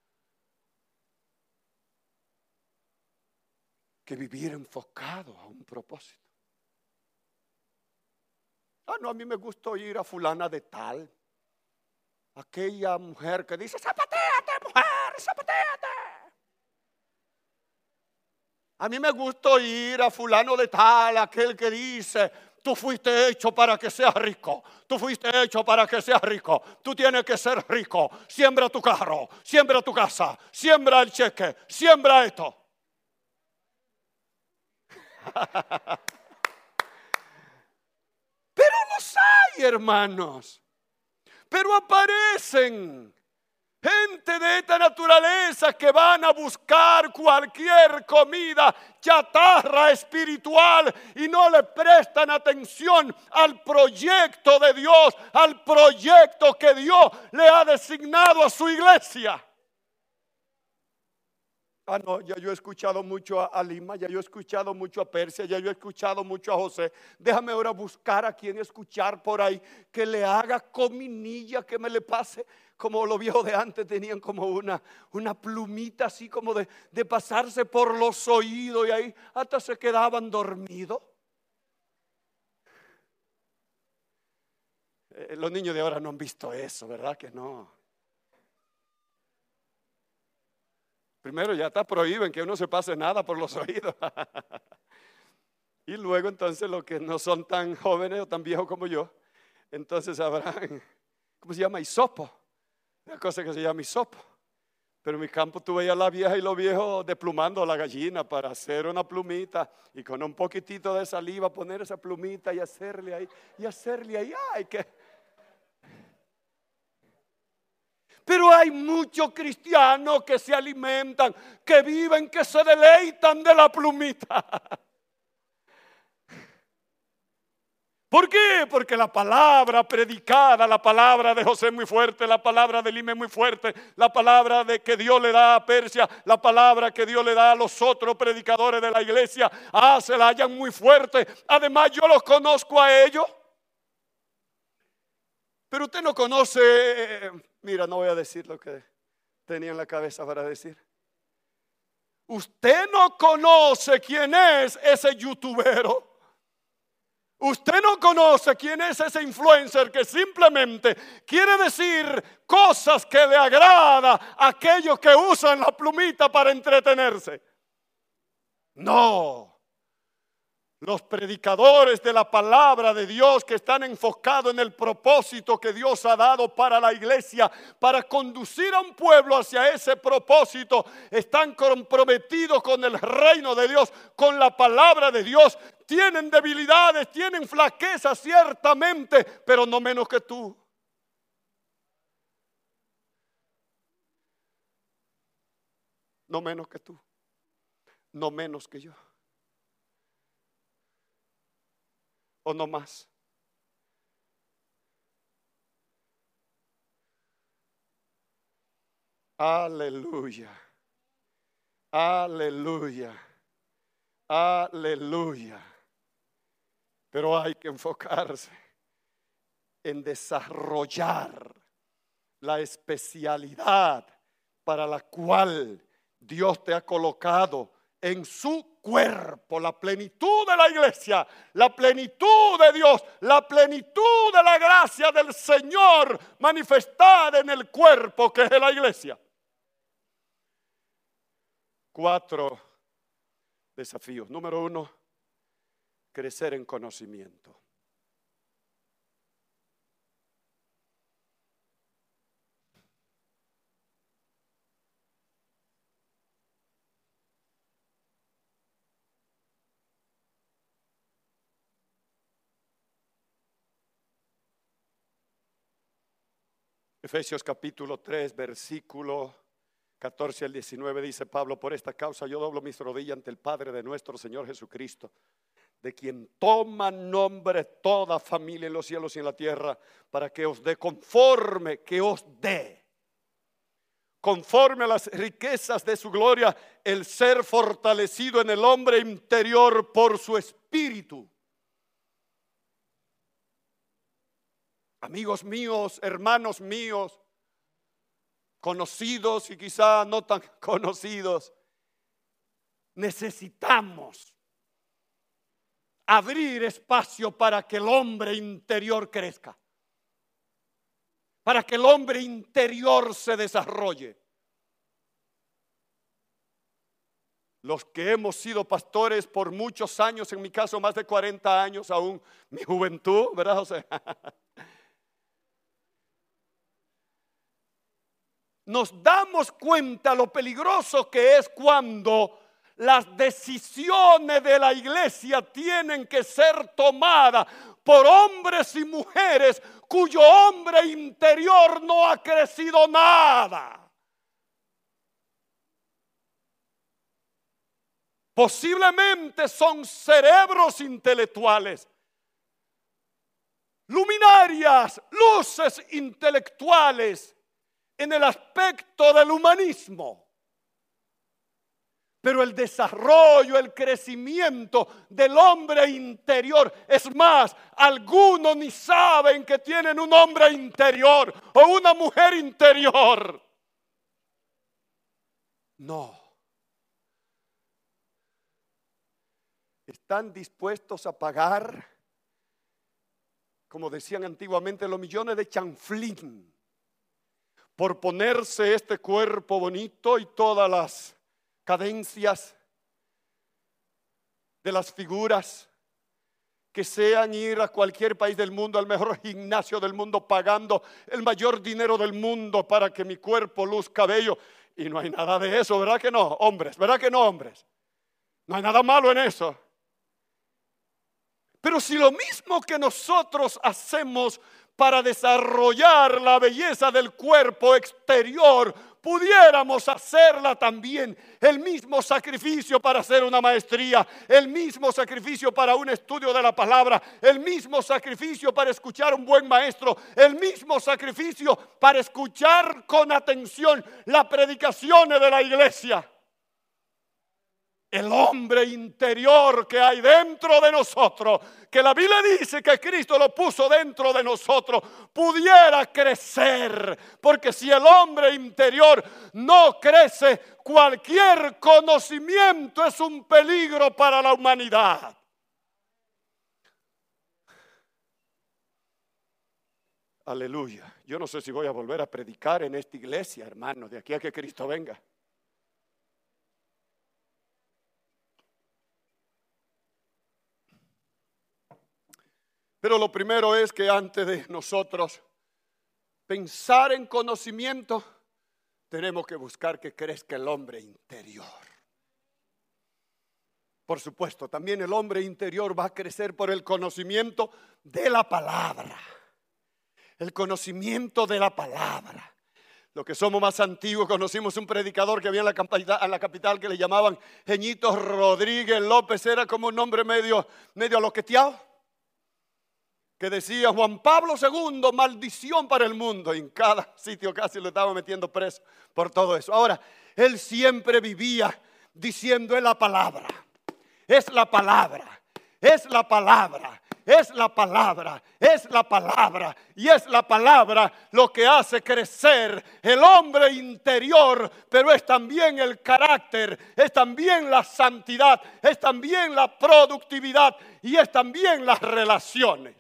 que vivir enfocado a un propósito. No, a mí me gusta oír a fulana de tal, aquella mujer que dice: zapatéate, mujer, zapatéate. A mí me gusta oír a fulano de tal, aquel que dice: tú fuiste hecho para que seas rico. Tú fuiste hecho para que seas rico. Tú tienes que ser rico. Siembra tu carro, siembra tu casa, siembra el cheque, siembra esto. Pero los hay, hermanos. Pero aparecen gente de esta naturaleza que van a buscar cualquier comida chatarra espiritual y no le prestan atención al proyecto de Dios, al proyecto que Dios le ha designado a su iglesia. No, ya yo he escuchado mucho a Lima, ya yo he escuchado mucho a Persia, ya yo he escuchado mucho a José. Déjame ahora buscar a quien escuchar por ahí que le haga cominilla, que me le pase. Como los viejos de antes tenían como una plumita así como de pasarse por los oídos y ahí hasta se quedaban dormidos. Los niños de ahora no han visto eso, ¿verdad que no? Primero ya está prohibido que uno se pase nada por los oídos. Y luego entonces los que no son tan jóvenes o tan viejos como yo, entonces habrán, ¿cómo se llama? Hisopo. Una cosa que se llama hisopo. Pero en mi campo tú veías a la vieja y los viejos desplumando a la gallina para hacer una plumita y con un poquitito de saliva poner esa plumita y hacerle ahí, ay, que... Pero hay muchos cristianos que se alimentan, que viven, que se deleitan de la plumita. ¿Por qué? Porque la palabra predicada, la palabra de José es muy fuerte, la palabra de Lima es muy fuerte, la palabra de que Dios le da a Persia, la palabra que Dios le da a los otros predicadores de la iglesia, se la hallan muy fuerte. Además yo los conozco a ellos. Pero usted no conoce, mira, no voy a decir lo que tenía en la cabeza para decir. Usted no conoce quién es ese youtubero. Usted no conoce quién es ese influencer que simplemente quiere decir cosas que le agrada a aquellos que usan la plumita para entretenerse. No. Los predicadores de la palabra de Dios que están enfocados en el propósito que Dios ha dado para la iglesia, para conducir a un pueblo hacia ese propósito, están comprometidos con el reino de Dios, con la palabra de Dios. Tienen debilidades, tienen flaquezas ciertamente, pero no menos que tú. No menos que tú, no menos que yo. ¿O no más? Aleluya. Aleluya. Aleluya. Pero hay que enfocarse en desarrollar la especialidad para la cual Dios te ha colocado en su cuerpo, la plenitud de la iglesia, la plenitud de Dios, la plenitud de la gracia del Señor manifestada en el cuerpo que es la iglesia. 4. desafíos. Número 1, crecer en conocimiento. Efesios capítulo 3, versículo 14 al 19 dice Pablo: por esta causa yo doblo mis rodillas ante el Padre de nuestro Señor Jesucristo, de quien toma nombre toda familia en los cielos y en la tierra, para que os dé conforme a las riquezas de su gloria, el ser fortalecido en el hombre interior por su espíritu. Amigos míos, hermanos míos, conocidos y quizá no tan conocidos, necesitamos abrir espacio para que el hombre interior crezca, para que el hombre interior se desarrolle. Los que hemos sido pastores por muchos años, en mi caso más de 40 años, aún mi juventud, ¿verdad, José? Nos damos cuenta lo peligroso que es cuando las decisiones de la iglesia tienen que ser tomadas por hombres y mujeres cuyo hombre interior no ha crecido nada. Posiblemente son cerebros intelectuales, luminarias, luces intelectuales en el aspecto del humanismo, pero el desarrollo, el crecimiento del hombre interior, es más, algunos ni saben que tienen un hombre interior o una mujer interior. No. Están dispuestos a pagar, como decían antiguamente, los millones de chanflín por ponerse este cuerpo bonito y todas las cadencias de las figuras, que sean ir a cualquier país del mundo, al mejor gimnasio del mundo, pagando el mayor dinero del mundo para que mi cuerpo luzca bello. Y no hay nada de eso, ¿verdad que no, hombres? ¿Verdad que no, hombres? No hay nada malo en eso. Pero si lo mismo que nosotros hacemos para desarrollar la belleza del cuerpo exterior, pudiéramos hacerla también, el mismo sacrificio para hacer una maestría, el mismo sacrificio para un estudio de la palabra, el mismo sacrificio para escuchar un buen maestro, el mismo sacrificio para escuchar con atención las predicaciones de la iglesia. El hombre interior que hay dentro de nosotros, que la Biblia dice que Cristo lo puso dentro de nosotros, pudiera crecer. Porque si el hombre interior no crece, cualquier conocimiento es un peligro para la humanidad. Aleluya. Yo no sé si voy a volver a predicar en esta iglesia, hermano, de aquí a que Cristo venga. Pero lo primero es que antes de nosotros pensar en conocimiento, tenemos que buscar que crezca el hombre interior. Por supuesto, también el hombre interior va a crecer por el conocimiento de la palabra. El conocimiento de la palabra. Los que somos más antiguos conocimos un predicador que había en la capital que le llamaban Jeñito Rodríguez López. Era como un nombre medio aloqueteado, que decía: Juan Pablo II, maldición para el mundo. Y en cada sitio casi lo estaba metiendo preso por todo eso. Ahora, él siempre vivía diciendo: es la palabra, es la palabra, es la palabra, es la palabra, es la palabra. Y es la palabra lo que hace crecer el hombre interior, pero es también el carácter, es también la santidad, es también la productividad y es también las relaciones.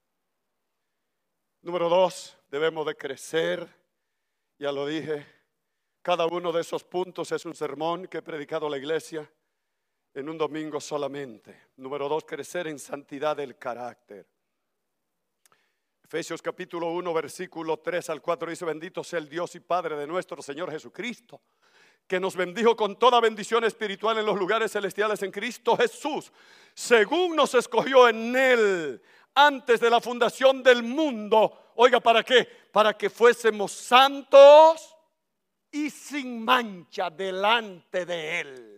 Número 2, debemos de crecer, ya lo dije, Cada uno de esos puntos es un sermón que he predicado a la iglesia en un domingo solamente. Número 2, crecer en santidad del carácter. Efesios capítulo 1, versículo 3 al 4 dice: bendito sea el Dios y Padre de nuestro Señor Jesucristo, que nos bendijo con toda bendición espiritual en los lugares celestiales en Cristo Jesús, según nos escogió en Él antes de la fundación del mundo. Oiga, ¿para qué? Para que fuésemos santos y sin mancha delante de Él.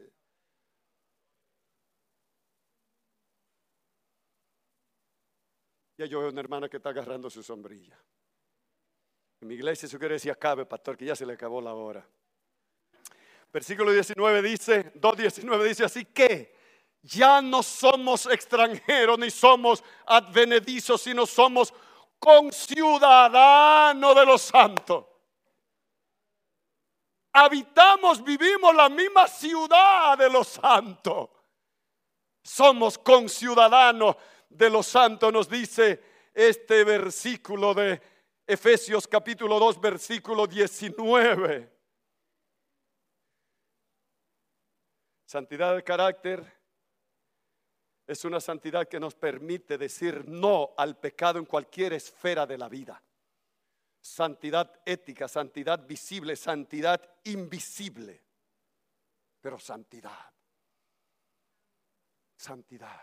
Ya yo veo una hermana que está agarrando su sombrilla. En mi iglesia eso quiere decir: acabe, pastor, que ya se le acabó la hora. Versículo 19 dice, 2:19 dice: así que ya no somos extranjeros ni somos advenedizos, sino somos conciudadanos de los santos. Habitamos, vivimos la misma ciudad de los santos. Somos conciudadanos de los santos, nos dice este versículo de Efesios capítulo 2, versículo 19. Santidad de carácter es una santidad que nos permite decir no al pecado en cualquier esfera de la vida. Santidad ética, santidad visible, santidad invisible. Pero santidad. Santidad.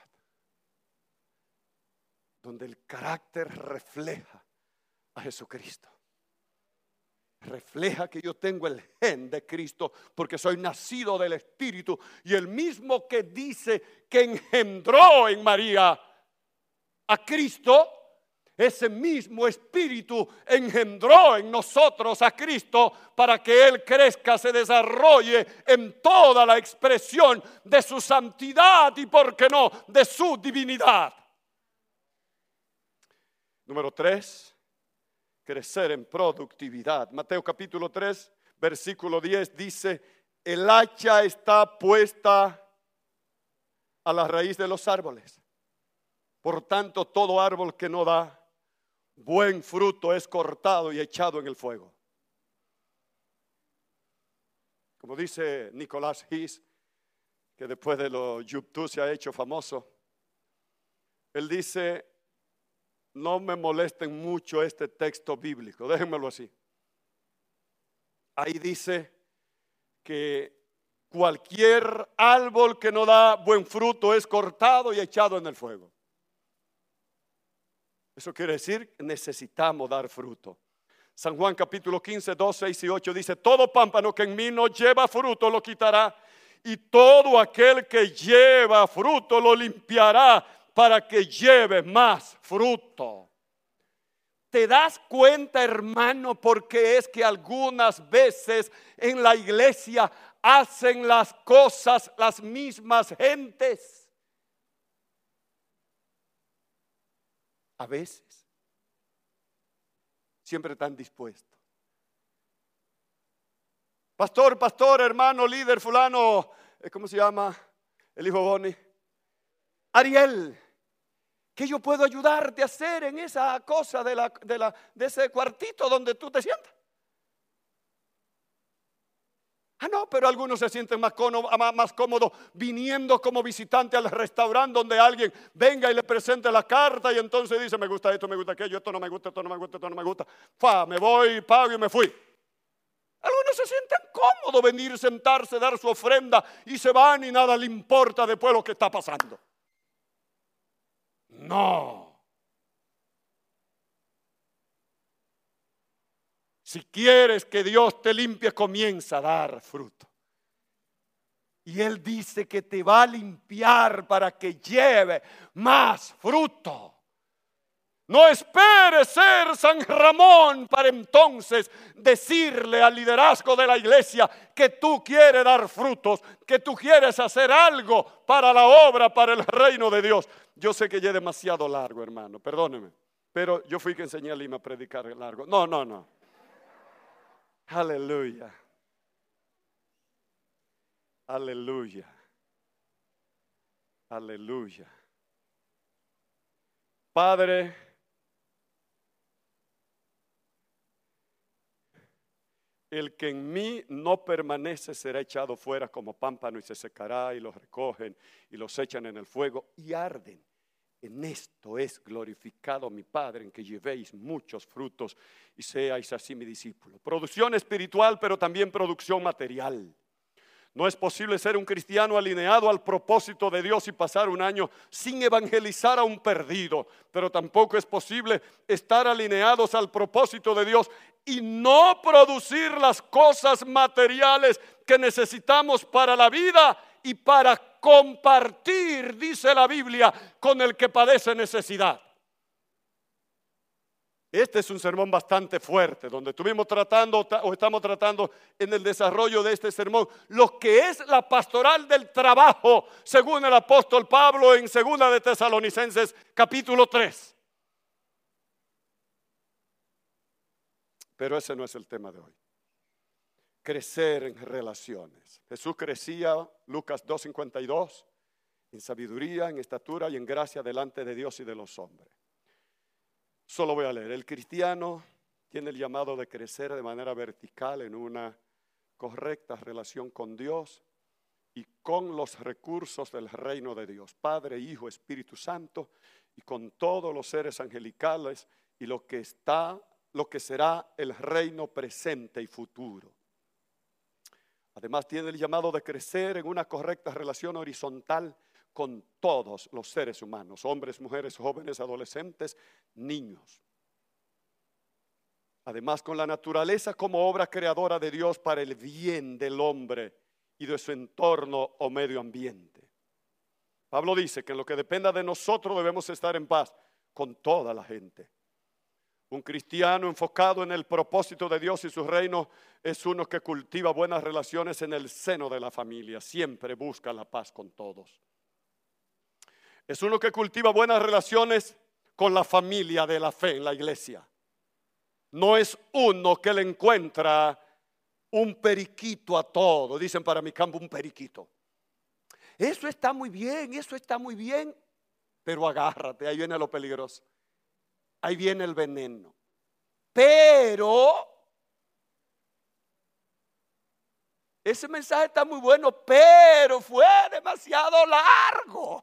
Donde el carácter refleja a Jesucristo. Refleja que yo tengo el gen de Cristo porque soy nacido del Espíritu. Y el mismo que dice que engendró en María a Cristo, ese mismo Espíritu engendró en nosotros a Cristo para que Él crezca, se desarrolle en toda la expresión de su santidad y, ¿por qué no?, de su divinidad. Número 3, crecer en productividad. Mateo capítulo 3, versículo 10 dice: el hacha está puesta a la raíz de los árboles. Por tanto, todo árbol que no da buen fruto es cortado y echado en el fuego. Como dice Nicolás Hiss, que después de los YouTube se ha hecho famoso, él dice: no me molesten mucho este texto bíblico, déjenmelo así. Ahí dice que cualquier árbol que no da buen fruto es cortado y echado en el fuego. Eso quiere decir que necesitamos dar fruto. San Juan capítulo 15, 2, 6 y 8 dice: todo pámpano que en mí no lleva fruto lo quitará, y todo aquel que lleva fruto lo limpiará para que lleve más fruto. ¿Te das cuenta, hermano, por qué es que algunas veces en la iglesia hacen las cosas las mismas gentes? A veces siempre están dispuestos. Pastor, hermano, líder, fulano, ¿cómo se llama? El hijo Bonnie. Ariel, ¿qué yo puedo ayudarte a hacer en esa cosa de ese cuartito donde tú te sientas? Ah, no, pero algunos se sienten más cómodos viniendo como visitante al restaurante donde alguien venga y le presente la carta y entonces dice: me gusta esto, me gusta aquello, esto no me gusta, esto no me gusta, esto no me gusta. Me voy, pago y me fui. Algunos se sienten cómodos venir, sentarse, dar su ofrenda y se van y nada le importa después lo que está pasando. No. Si quieres que Dios te limpie, comienza a dar fruto. Y Él dice que te va a limpiar para que lleve más fruto. No esperes ser San Ramón para entonces decirle al liderazgo de la iglesia que tú quieres dar frutos, que tú quieres hacer algo para la obra, para el reino de Dios. Yo sé que ya es demasiado largo, hermano, perdóneme, pero yo fui que enseñé a Lima a predicar largo. No. Aleluya. Aleluya. Aleluya. Padre, el que en mí no permanece será echado fuera como pámpano y se secará, y los recogen y los echan en el fuego y arden. En esto es glorificado mi Padre, en que llevéis muchos frutos y seáis así mi discípulo. Producción espiritual, pero también producción material. No es posible ser un cristiano alineado al propósito de Dios y pasar un año sin evangelizar a un perdido, pero tampoco es posible estar alineados al propósito de Dios y no producir las cosas materiales que necesitamos para la vida y para compartir, dice la Biblia, con el que padece necesidad. Este es un sermón bastante fuerte, donde estuvimos tratando o estamos tratando en el desarrollo de este sermón lo que es la pastoral del trabajo, según el apóstol Pablo en 2 de Tesalonicenses capítulo 3. Pero ese no es el tema de hoy. Crecer en relaciones. Jesús crecía, Lucas 2:52, en sabiduría, en estatura y en gracia delante de Dios y de los hombres. Solo voy a leer. El cristiano tiene el llamado de crecer de manera vertical en una correcta relación con Dios y con los recursos del reino de Dios, Padre, Hijo, Espíritu Santo, y con todos los seres angelicales y lo que será el reino presente y futuro. Además tiene el llamado de crecer en una correcta relación horizontal con todos los seres humanos, hombres, mujeres, jóvenes, adolescentes, niños. Además, con la naturaleza como obra creadora de Dios para el bien del hombre y de su entorno o medio ambiente. Pablo dice que en lo que dependa de nosotros debemos estar en paz con toda la gente. Un cristiano enfocado en el propósito de Dios y su reino es uno que cultiva buenas relaciones en el seno de la familia, siempre busca la paz con todos. Es uno que cultiva buenas relaciones con la familia de la fe en la iglesia. No es uno que le encuentra un periquito a todo. Dicen para mi campo un periquito. Eso está muy bien, pero agárrate, ahí viene lo peligroso. Ahí viene el veneno. Pero ese mensaje está muy bueno, pero fue demasiado largo.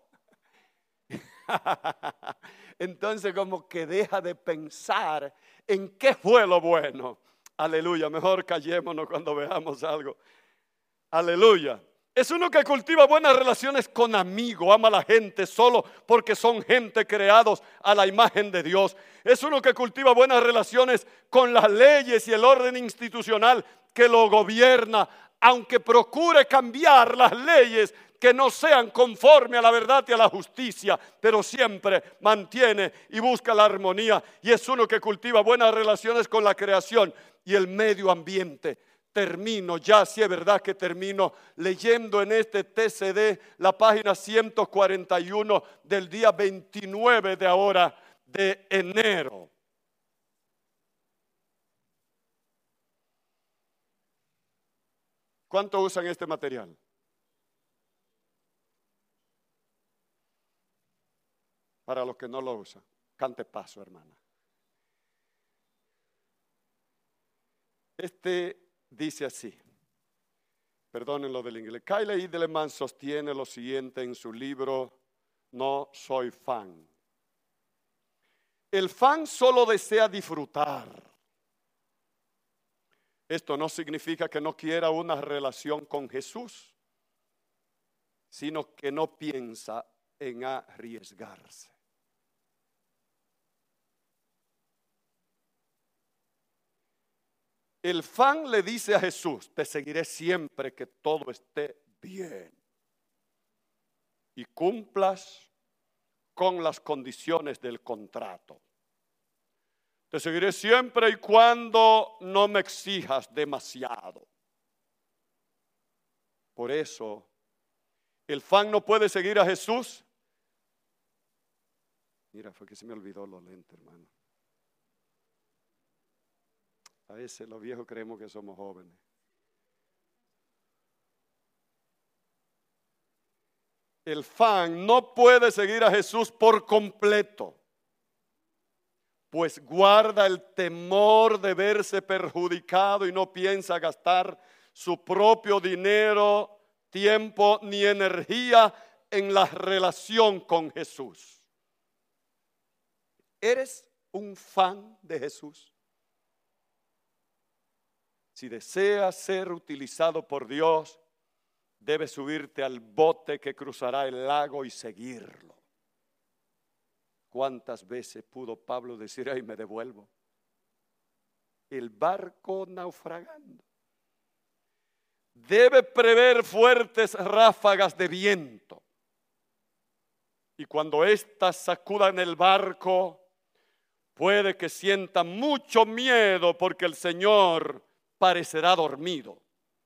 Entonces como que deja de pensar en qué fue lo bueno. Aleluya, mejor callémonos cuando veamos algo. Aleluya. Es uno que cultiva buenas relaciones con amigos, ama a la gente solo porque son gente creados a la imagen de Dios. Es uno que cultiva buenas relaciones con las leyes y el orden institucional que lo gobierna, aunque procure cambiar las leyes que no sean conforme a la verdad y a la justicia, pero siempre mantiene y busca la armonía. Y es uno que cultiva buenas relaciones con la creación y el medio ambiente. Termino ya, si es verdad que termino leyendo en este TCD la página 141 del día 29 de ahora de enero. ¿Cuánto usan este material? Para los que no lo usan, cante paso, hermana. Dice así, perdonen lo del inglés. Kyle Idleman sostiene lo siguiente en su libro No soy fan. El fan solo desea disfrutar. Esto no significa que no quiera una relación con Jesús, sino que no piensa en arriesgarse. El fan le dice a Jesús, te seguiré siempre que todo esté bien y cumplas con las condiciones del contrato. Te seguiré siempre y cuando no me exijas demasiado. Por eso, el fan no puede seguir a Jesús. Mira, fue que se me olvidó los lentes, hermano. A veces los viejos creemos que somos jóvenes. El fan no puede seguir a Jesús por completo. pues guarda el temor de verse perjudicado y no piensa gastar su propio dinero, tiempo ni energía en la relación con Jesús. ¿Eres un fan de Jesús? Si deseas ser utilizado por Dios, debes subirte al bote que cruzará el lago y seguirlo. ¿Cuántas veces pudo Pablo decir, ay, me devuelvo? El barco naufragando. Debe prever fuertes ráfagas de viento. Y cuando éstas sacudan el barco, puede que sienta mucho miedo porque el Señor parecerá dormido.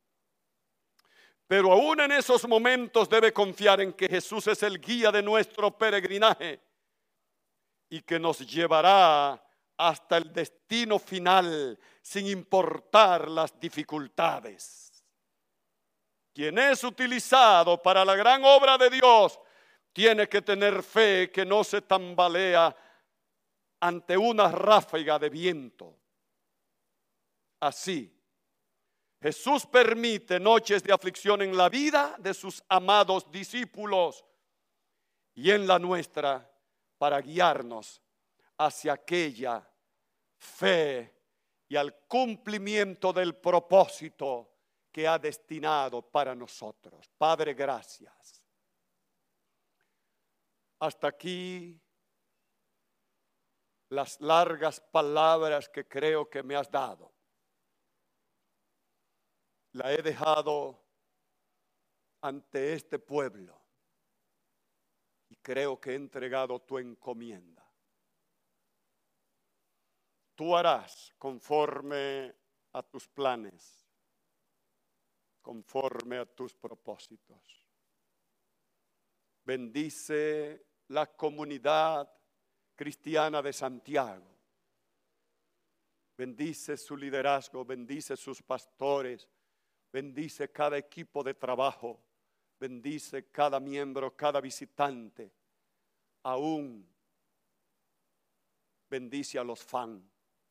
Pero aún en esos momentos debe confiar en que Jesús es el guía de nuestro peregrinaje y que nos llevará hasta el destino final sin importar las dificultades. Quien es utilizado para la gran obra de Dios tiene que tener fe que no se tambalea ante una ráfaga de viento. Así, Jesús permite noches de aflicción en la vida de sus amados discípulos y en la nuestra para guiarnos hacia aquella fe y al cumplimiento del propósito que ha destinado para nosotros. Padre, gracias. Hasta aquí las largas palabras que creo que me has dado. La he dejado ante este pueblo y creo que he entregado tu encomienda. Tú harás conforme a tus planes, conforme a tus propósitos. Bendice la comunidad cristiana de Santiago. Bendice su liderazgo, bendice sus pastores, bendice cada equipo de trabajo, bendice cada miembro, cada visitante, aún bendice a los fans.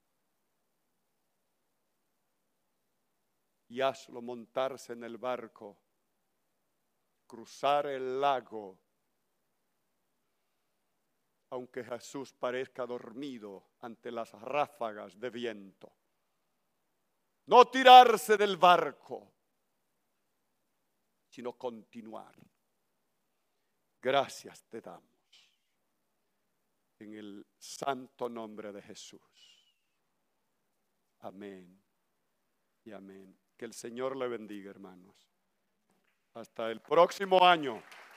Y hazlo montarse en el barco, cruzar el lago, aunque Jesús parezca dormido ante las ráfagas de viento. No tirarse del barco, sino continuar. Gracias te damos en el santo nombre de Jesús. Amén y amén. Que el Señor le bendiga, hermanos. Hasta el próximo año.